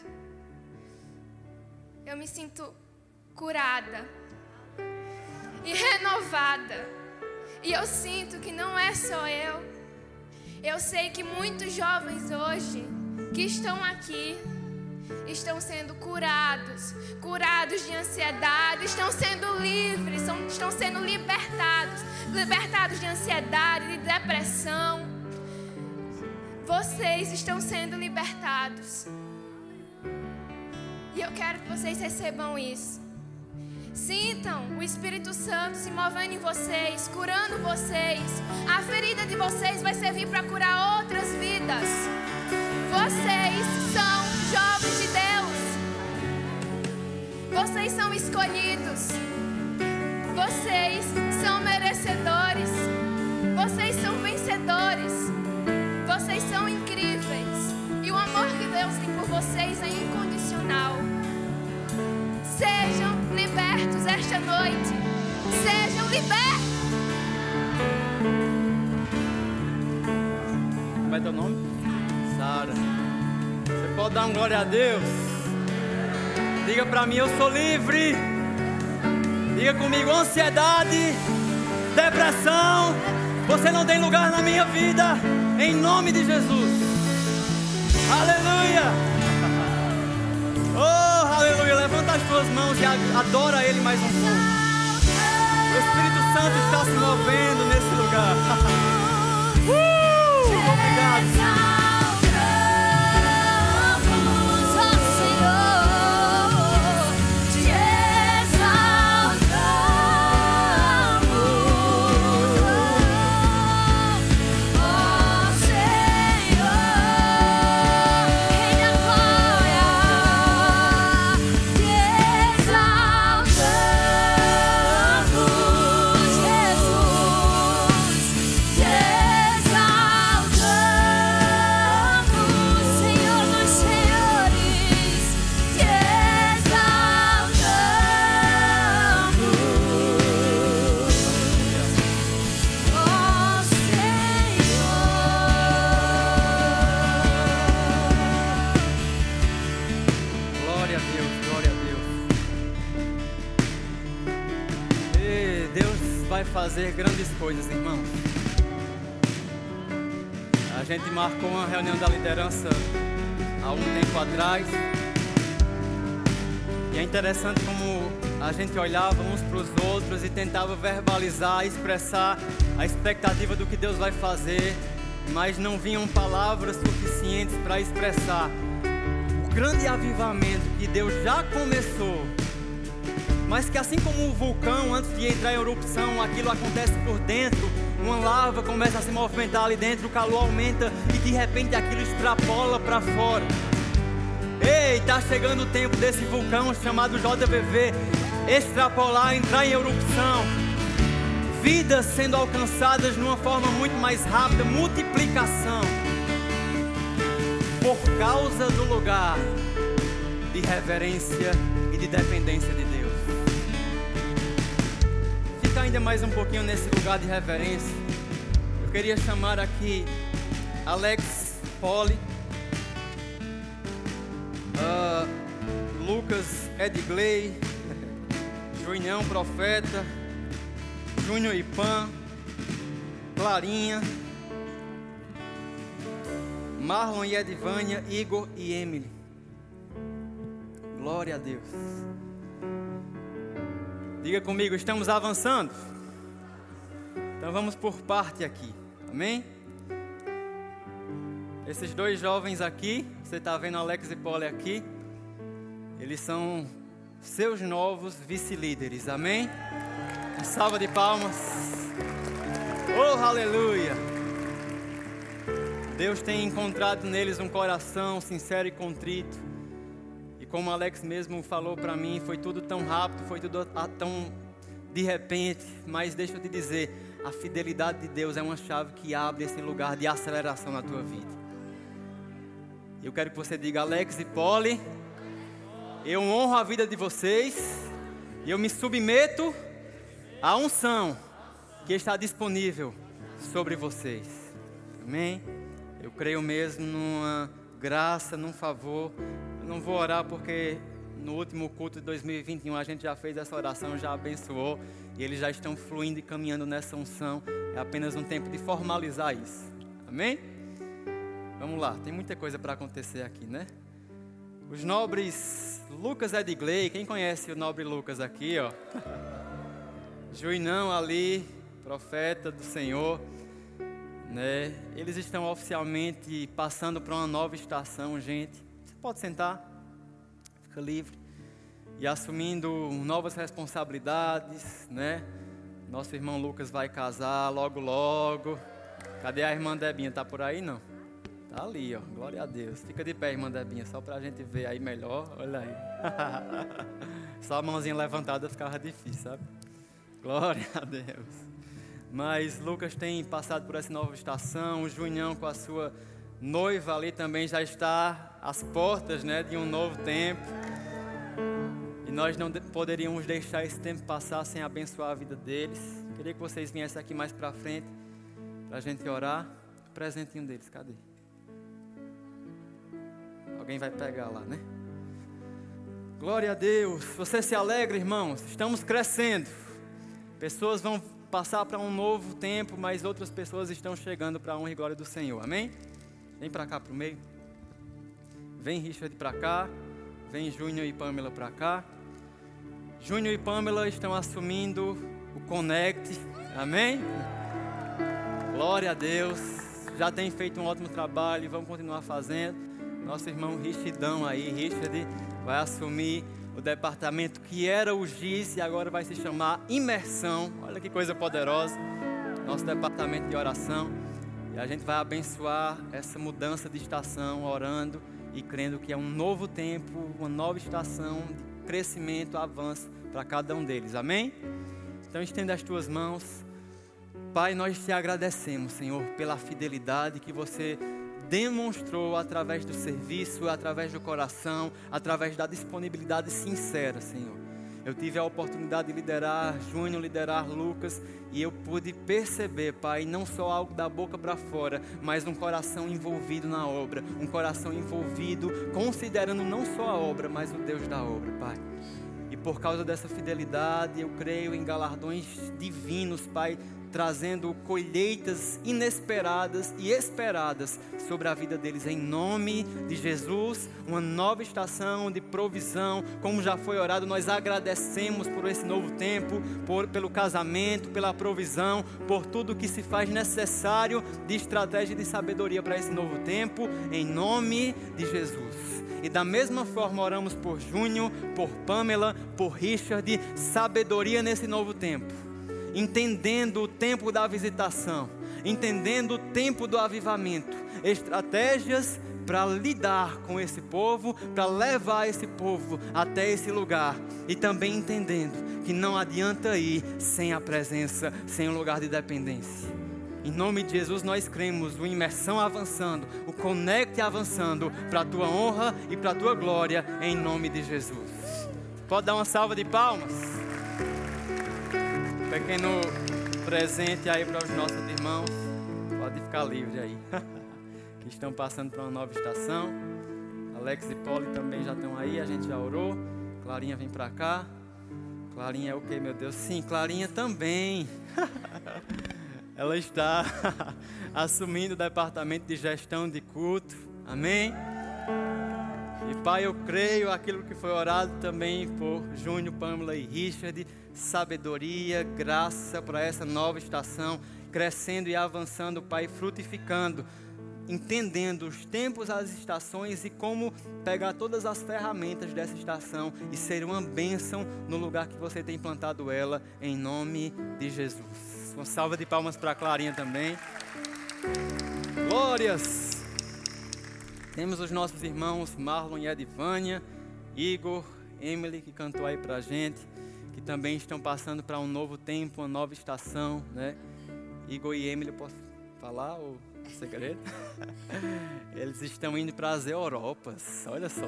eu me sinto curada e renovada. E eu sinto que não é só eu. Eu sei que muitos jovens hoje que estão aqui estão sendo curados, curados de ansiedade, estão sendo livres, são, estão sendo libertados, libertados de ansiedade, de depressão. Vocês estão sendo libertados. E eu quero que vocês recebam isso. Sintam o Espírito Santo se movendo em vocês, curando vocês. A ferida de vocês vai servir para curar outras vidas. Vocês são jovens de Deus. Vocês são escolhidos. Vocês são merecedores. Vocês são vencedores. Vocês são incríveis. E o amor que Deus tem por vocês é incondicional. Sejam libertos esta noite. Sejam libertos. Como é teu nome? Sara. Você pode dar um glória a Deus? Diga pra mim, eu sou livre. Diga comigo, ansiedade, depressão, você não tem lugar na minha vida. Em nome de Jesus. Aleluia. Oh, aleluia. Levanta as tuas mãos e adora Ele mais um pouco. O Espírito Santo está se movendo nesse lugar. uh, Obrigado. Fazer grandes coisas, irmãos. A gente marcou uma reunião da liderança há um tempo atrás. E é interessante como a gente olhava uns para os outros e tentava verbalizar, expressar a expectativa do que Deus vai fazer, mas não vinham palavras suficientes para expressar o grande avivamento que Deus já começou. Mas que assim como o vulcão, antes de entrar em erupção, aquilo acontece por dentro, uma lava começa a se movimentar ali dentro, o calor aumenta e de repente aquilo extrapola para fora. Ei, está chegando o tempo desse vulcão chamado J V V extrapolar, entrar em erupção. Vidas sendo alcançadas de uma forma muito mais rápida, multiplicação. Por causa do lugar de reverência e de dependência de Deus. Fica ainda mais um pouquinho nesse lugar de reverência. Eu queria chamar aqui Alex Poli, uh, Lucas Edgley, Junião Profeta, Júnior Ipan, Clarinha, Marlon e Edvânia, Igor e Emily. Glória a Deus. Diga comigo, estamos avançando? Então vamos por parte aqui, amém? Esses dois jovens aqui, você está vendo Alex e Poli aqui, eles são seus novos vice-líderes. Amém? Uma salva de palmas. Oh, aleluia! Deus tem encontrado neles um coração sincero e contrito. E como o Alex mesmo falou para mim, foi tudo tão rápido, foi tudo tão de repente. Mas deixa eu te dizer, a fidelidade de Deus é uma chave que abre esse lugar de aceleração na tua vida. Eu quero que você diga: Alex e Polly, eu honro a vida de vocês e eu me submeto à unção que está disponível sobre vocês. Amém? Eu creio mesmo numa graça, num favor. Eu não vou orar porque no último culto de dois mil e vinte e um a gente já fez essa oração, já abençoou. E eles já estão fluindo e caminhando nessa unção. É apenas um tempo de formalizar isso. Amém? Vamos lá, tem muita coisa para acontecer aqui, né? Os nobres Lucas Edgley, quem conhece o nobre Lucas aqui, ó? Juinão ali, profeta do Senhor, né? Eles estão oficialmente passando para uma nova estação, gente. Você pode sentar, fica livre. E assumindo novas responsabilidades, né? Nosso irmão Lucas vai casar logo, logo. Cadê a irmã Debinha? Tá por aí, não? Tá ali, ó. Glória a Deus. Fica de pé, irmã Debinha, só pra gente ver aí melhor. Olha aí. Só a mãozinha levantada ficava difícil, sabe? Glória a Deus. Mas Lucas tem passado por essa nova estação. O Junhão com a sua noiva ali também já está às portas, né, de um novo tempo. E nós não poderíamos deixar esse tempo passar sem abençoar a vida deles. Queria que vocês viessem aqui mais pra frente pra gente orar. O presentinho deles, cadê? Alguém vai pegar lá, né? Glória a Deus. Você se alegra, irmãos? Estamos crescendo. Pessoas vão passar para um novo tempo, mas outras pessoas estão chegando para a honra e glória do Senhor. Amém? Vem para cá para o meio. Vem Richard para cá. Vem Júnior e Pamela para cá. Júnior e Pamela estão assumindo o Connect. Amém? Glória a Deus. Já tem feito um ótimo trabalho e vamos continuar fazendo. Nosso irmão Richardão aí, Richard, vai assumir o departamento que era o Giz e agora vai se chamar Imersão. Olha que coisa poderosa. Nosso departamento de oração. E a gente vai abençoar essa mudança de estação, orando e crendo que é um novo tempo, uma nova estação de crescimento, avanço para cada um deles. Amém? Então estenda as tuas mãos. Pai, nós te agradecemos, Senhor, pela fidelidade que você demonstrou através do serviço, através do coração, através da disponibilidade sincera, Senhor. Eu tive a oportunidade de liderar Júnior, liderar Lucas, e eu pude perceber, Pai, não só algo da boca para fora, mas um coração envolvido na obra, um coração envolvido, considerando não só a obra, mas o Deus da obra, Pai. E por causa dessa fidelidade, eu creio em galardões divinos, Pai, trazendo colheitas inesperadas e esperadas sobre a vida deles, em nome de Jesus. Uma nova estação de provisão, como já foi orado. Nós agradecemos por esse novo tempo, por, pelo casamento, pela provisão, por tudo que se faz necessário de estratégia e de sabedoria para esse novo tempo, em nome de Jesus. E da mesma forma oramos por Júnior, por Pamela, por Richard, sabedoria nesse novo tempo, entendendo o tempo da visitação, entendendo o tempo do avivamento, estratégias para lidar com esse povo, para levar esse povo até esse lugar, e também entendendo que não adianta ir sem a presença, sem um lugar de dependência. Em nome de Jesus nós cremos, o Imersão avançando, o Connect avançando, para a tua honra e para a tua glória, em nome de Jesus. Pode dar uma salva de palmas? Pequeno presente aí para os nossos irmãos. Pode ficar livre aí. Que estão passando para uma nova estação. Alex e Polly também já estão aí. A gente já orou. Clarinha vem para cá. Clarinha é o que, meu Deus? Sim, Clarinha também. Ela está assumindo o departamento de gestão de culto. Amém? E Pai, eu creio aquilo que foi orado também por Júnior, Pamela e Richard. Sabedoria, graça para essa nova estação, crescendo e avançando, Pai, frutificando entendendo os tempos, as estações e como pegar todas as ferramentas dessa estação e ser uma bênção no lugar que você tem plantado ela, em nome de Jesus. Uma salva de palmas para a Clarinha também. Glórias! Temos os nossos irmãos Marlon e Edivânia, Igor, Emily, que cantou aí pra gente, que também estão passando para um novo tempo, uma nova estação, né? Igor e Emily, posso falar ou é segredo? Eles estão indo para as Europas, olha só.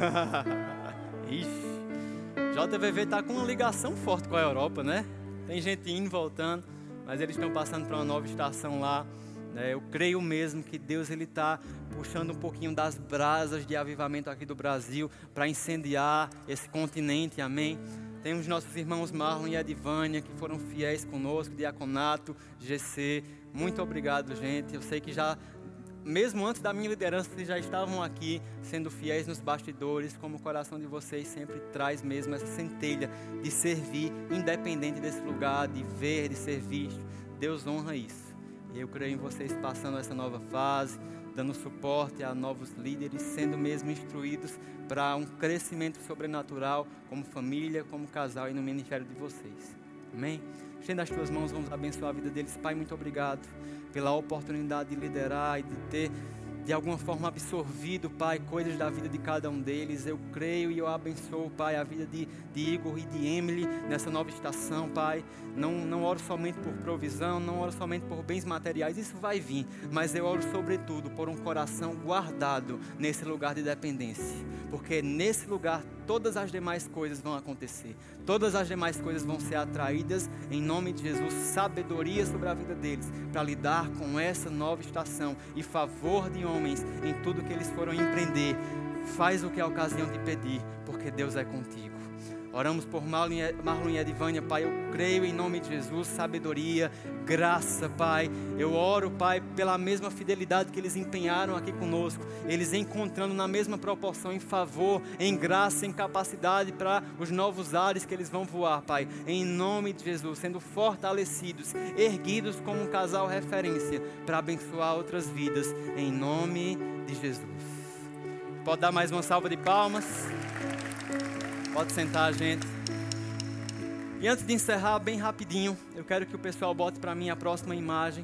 Ixi, J V V está com uma ligação forte com a Europa, né? Tem gente indo e voltando, mas eles estão passando para uma nova estação lá. Né? Eu creio mesmo que Deus ele está puxando um pouquinho das brasas de avivamento aqui do Brasil para incendiar esse continente, amém? Temos nossos irmãos Marlon e Edivânia que foram fiéis conosco, diaconato, G C. Muito obrigado, gente. Eu sei que já, mesmo antes da minha liderança, vocês já estavam aqui sendo fiéis nos bastidores, como o coração de vocês sempre traz mesmo essa centelha de servir, independente desse lugar, de ver, de ser visto. Deus honra isso. E eu creio em vocês passando essa nova fase, dando suporte a novos líderes, sendo mesmo instruídos para um crescimento sobrenatural como família, como casal e no ministério de vocês. Amém? Estenda as tuas mãos, vamos abençoar a vida deles. Pai, muito obrigado pela oportunidade de liderar e de ter, de alguma forma, absorvido, Pai, coisas da vida de cada um deles. Eu creio e eu abençoo, Pai, a vida de, de Igor e de Emily nessa nova estação, Pai. Não, não oro somente por provisão, não oro somente por bens materiais, isso vai vir. Mas eu oro, sobretudo, por um coração guardado nesse lugar de dependência. Porque nesse lugar todas as demais coisas vão acontecer. Todas as demais coisas vão ser atraídas, em nome de Jesus, sabedoria sobre a vida deles, para lidar com essa nova estação e favor de homens em tudo que eles foram empreender. Faz o que é a ocasião de pedir, porque Deus é contigo. Oramos por Marlon e Edivânia, Pai, eu creio em nome de Jesus, sabedoria, graça, Pai. Eu oro, Pai, pela mesma fidelidade que eles empenharam aqui conosco, eles encontrando na mesma proporção em favor, em graça, em capacidade para os novos ares que eles vão voar, Pai. Em nome de Jesus, sendo fortalecidos, erguidos como um casal referência para abençoar outras vidas, em nome de Jesus. Pode dar mais uma salva de palmas? Pode sentar, gente. E antes de encerrar, bem rapidinho, eu quero que o pessoal bote para mim a próxima imagem.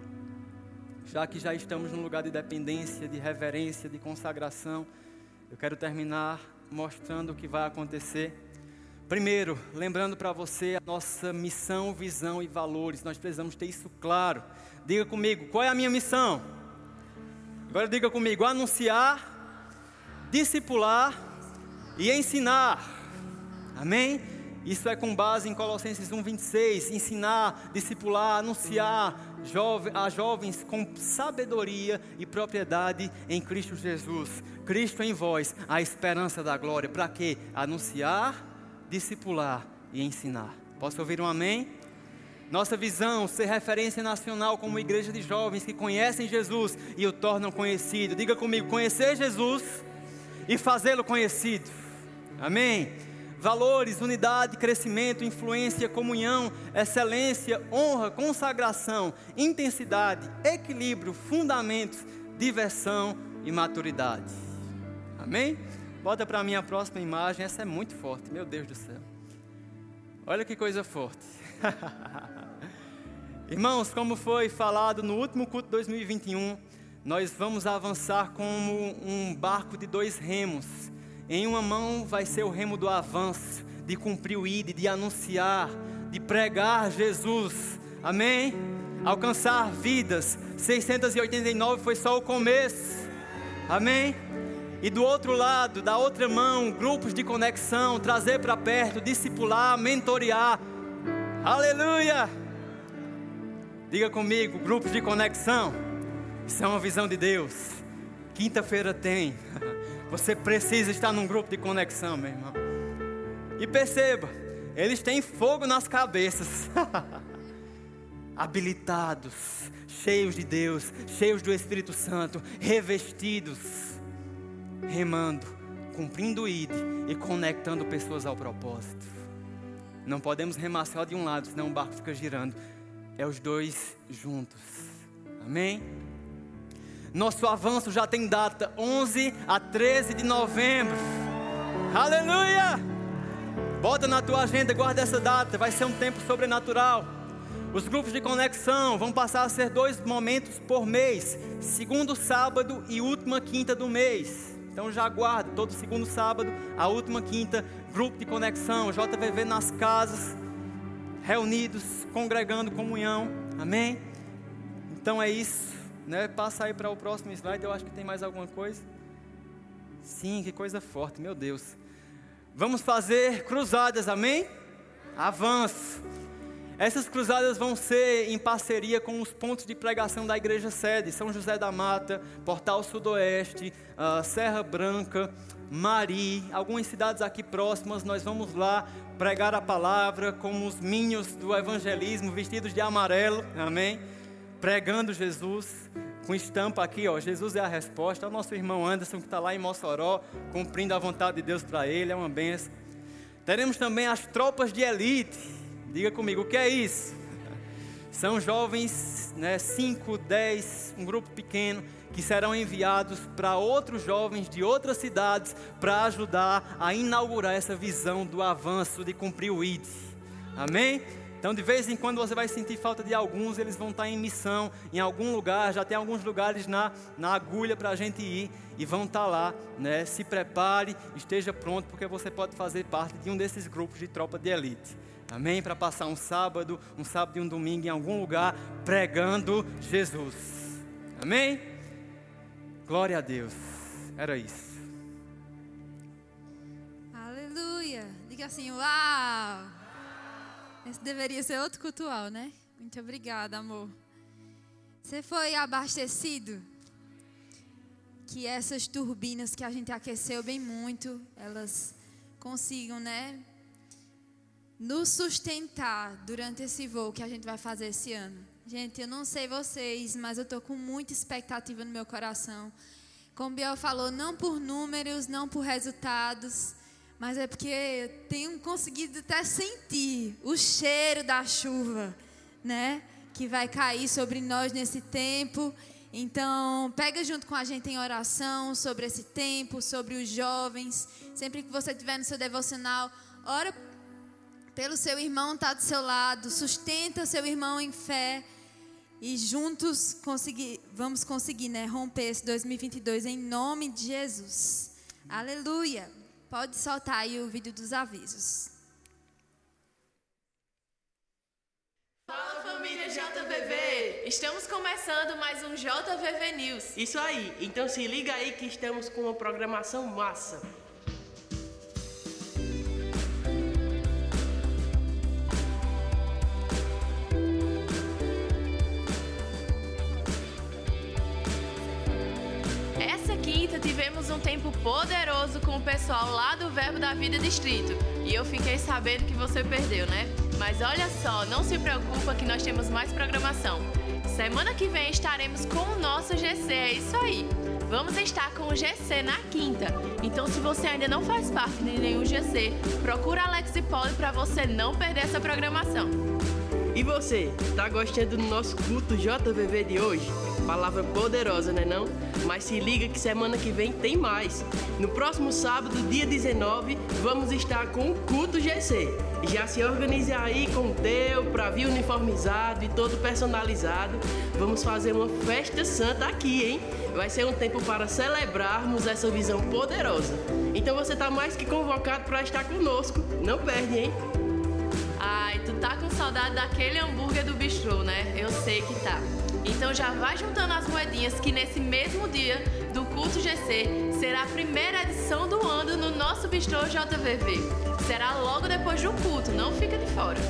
Já que já estamos num lugar de dependência, de reverência, de consagração, eu quero terminar mostrando o que vai acontecer. Primeiro, lembrando para você a nossa missão, visão e valores. Nós precisamos ter isso claro. Diga comigo, qual é a minha missão? Agora diga comigo, anunciar, discipular e ensinar. Amém? Isso é com base em Colossenses um, vinte e seis. Ensinar, discipular, anunciar jove, a jovens com sabedoria e propriedade em Cristo Jesus. Cristo em vós, a esperança da glória. Para quê? Anunciar, discipular e ensinar. Posso ouvir um amém? Nossa visão, ser referência nacional como igreja de jovens que conhecem Jesus e o tornam conhecido. Diga comigo, conhecer Jesus e fazê-lo conhecido. Amém? Valores, unidade, crescimento, influência, comunhão, excelência, honra, consagração, intensidade, equilíbrio, fundamentos, diversão e maturidade. Amém? Bota para mim a próxima imagem, essa é muito forte, meu Deus do céu. Olha que coisa forte. Irmãos, como foi falado no último culto dois mil e vinte e um, nós vamos avançar como um barco de dois remos. Em uma mão vai ser o remo do avanço, de cumprir o ide, de anunciar, de pregar Jesus, amém? Alcançar vidas, seiscentos e oitenta e nove foi só o começo, amém? E do outro lado, da outra mão, grupos de conexão, trazer para perto, discipular, mentorear, aleluia! Diga comigo, grupos de conexão, isso é uma visão de Deus, quinta-feira tem. Você precisa estar num grupo de conexão, meu irmão. E perceba, eles têm fogo nas cabeças. Habilitados, cheios de Deus, cheios do Espírito Santo, revestidos, remando, cumprindo o ide e conectando pessoas ao propósito. Não podemos remar só de um lado, senão o barco fica girando. É os dois juntos. Amém? Nosso avanço já tem data, onze a treze de novembro. Aleluia! Bota na tua agenda, guarda essa data, vai ser um tempo sobrenatural. Os grupos de conexão vão passar a ser dois momentos por mês, segundo sábado e última quinta do mês. Então já aguarde, todo segundo sábado, a última quinta, grupo de conexão, J V V nas casas, reunidos, congregando, comunhão, amém? Então é isso, né? Passa aí para o próximo slide, eu acho que tem mais alguma coisa. Sim, que coisa forte, meu Deus. Vamos fazer cruzadas, amém? Avanço. Essas cruzadas vão ser em parceria com os pontos de pregação da Igreja Sede, São José da Mata, Portal Sudoeste, uh, Serra Branca, Mari, algumas cidades aqui próximas. Nós vamos lá pregar a palavra como os minions do evangelismo, vestidos de amarelo, amém? Pregando Jesus, com estampa aqui, ó, Jesus é a resposta. É o nosso irmão Anderson que está lá em Mossoró, cumprindo a vontade de Deus para ele, é uma bênção. Teremos também as tropas de elite. Diga comigo, o que é isso? São jovens, né, cinco, dez, um grupo pequeno, que serão enviados para outros jovens de outras cidades para ajudar a inaugurar essa visão do avanço de cumprir o I D. Amém? Então, de vez em quando você vai sentir falta de alguns, eles vão estar em missão em algum lugar, já tem alguns lugares na, na agulha para a gente ir e vão estar lá, né? Se prepare, esteja pronto, porque você pode fazer parte de um desses grupos de tropa de elite. Amém? Para passar um sábado, um sábado e um domingo em algum lugar pregando Jesus. Amém? Glória a Deus. Era isso. Aleluia. Diga assim, uau. Esse deveria ser outro cultual, né? Muito obrigada, amor. Você foi abastecido? Que essas turbinas que a gente aqueceu bem muito, elas consigam, né, nos sustentar durante esse voo que a gente vai fazer esse ano. Gente, eu não sei vocês, mas eu estou com muita expectativa no meu coração. Como Biel falou, não por números, não por resultados, mas é porque eu tenho conseguido até sentir o cheiro da chuva, né, que vai cair sobre nós nesse tempo. Então, pega junto com a gente em oração sobre esse tempo, sobre os jovens. Sempre que você estiver no seu devocional, ora pelo seu irmão, está do seu lado, sustenta seu irmão em fé e juntos conseguir, vamos conseguir, né, romper esse dois mil e vinte e dois em nome de Jesus. Aleluia. Pode soltar aí o vídeo dos avisos. Fala, família J V V! Estamos começando mais um J V V News. Isso aí, então se liga aí que estamos com uma programação massa. Tivemos um tempo poderoso com o pessoal lá do Verbo da Vida Distrito. E eu fiquei sabendo que você perdeu, né? Mas olha só, não se preocupa que nós temos mais programação. Semana que vem estaremos com o nosso G C, é isso aí. Vamos estar com o G C na quinta. Então, se você ainda não faz parte de nenhum G C, procura Alex e Polly para você não perder essa programação. E você, tá gostando do nosso culto J V V de hoje? Palavra poderosa, né não? Mas se liga que semana que vem tem mais. No próximo sábado, dia dezenove, vamos estar com o culto G C. Já se organize aí com o teu, pra vir uniformizado e todo personalizado. Vamos fazer uma festa santa aqui, hein? Vai ser um tempo para celebrarmos essa visão poderosa. Então você tá mais que convocado para estar conosco. Não perde, hein? Ai, tu tá com saudade daquele hambúrguer do bistrô, né? Eu sei que tá. Então já vai juntando as moedinhas que nesse mesmo dia do culto G C será a primeira edição do ano no nosso bistrô J V V. Será logo depois do culto, não fica de fora.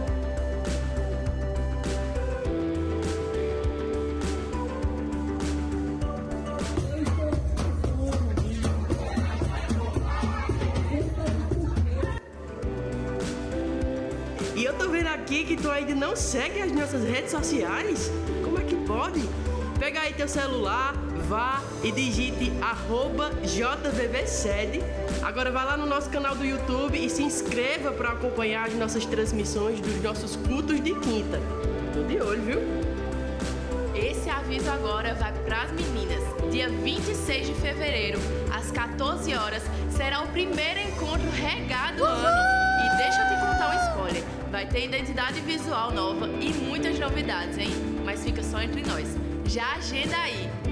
E eu tô vendo aqui que tu ainda não segue as nossas redes sociais. Como é que pode? Pega aí teu celular, vá e digite arroba J V V Sede. Agora vai lá no nosso canal do YouTube e se inscreva para acompanhar as nossas transmissões dos nossos cultos de quinta. Tô de olho, viu? Esse aviso aviso agora vai para as meninas. Dia vinte e seis de fevereiro, às quatorze horas, será o primeiro encontro regado do ano. E deixa eu te contar um spoiler. Vai ter identidade visual nova e muitas novidades, hein? Mas fica só entre nós. Já agenda aí.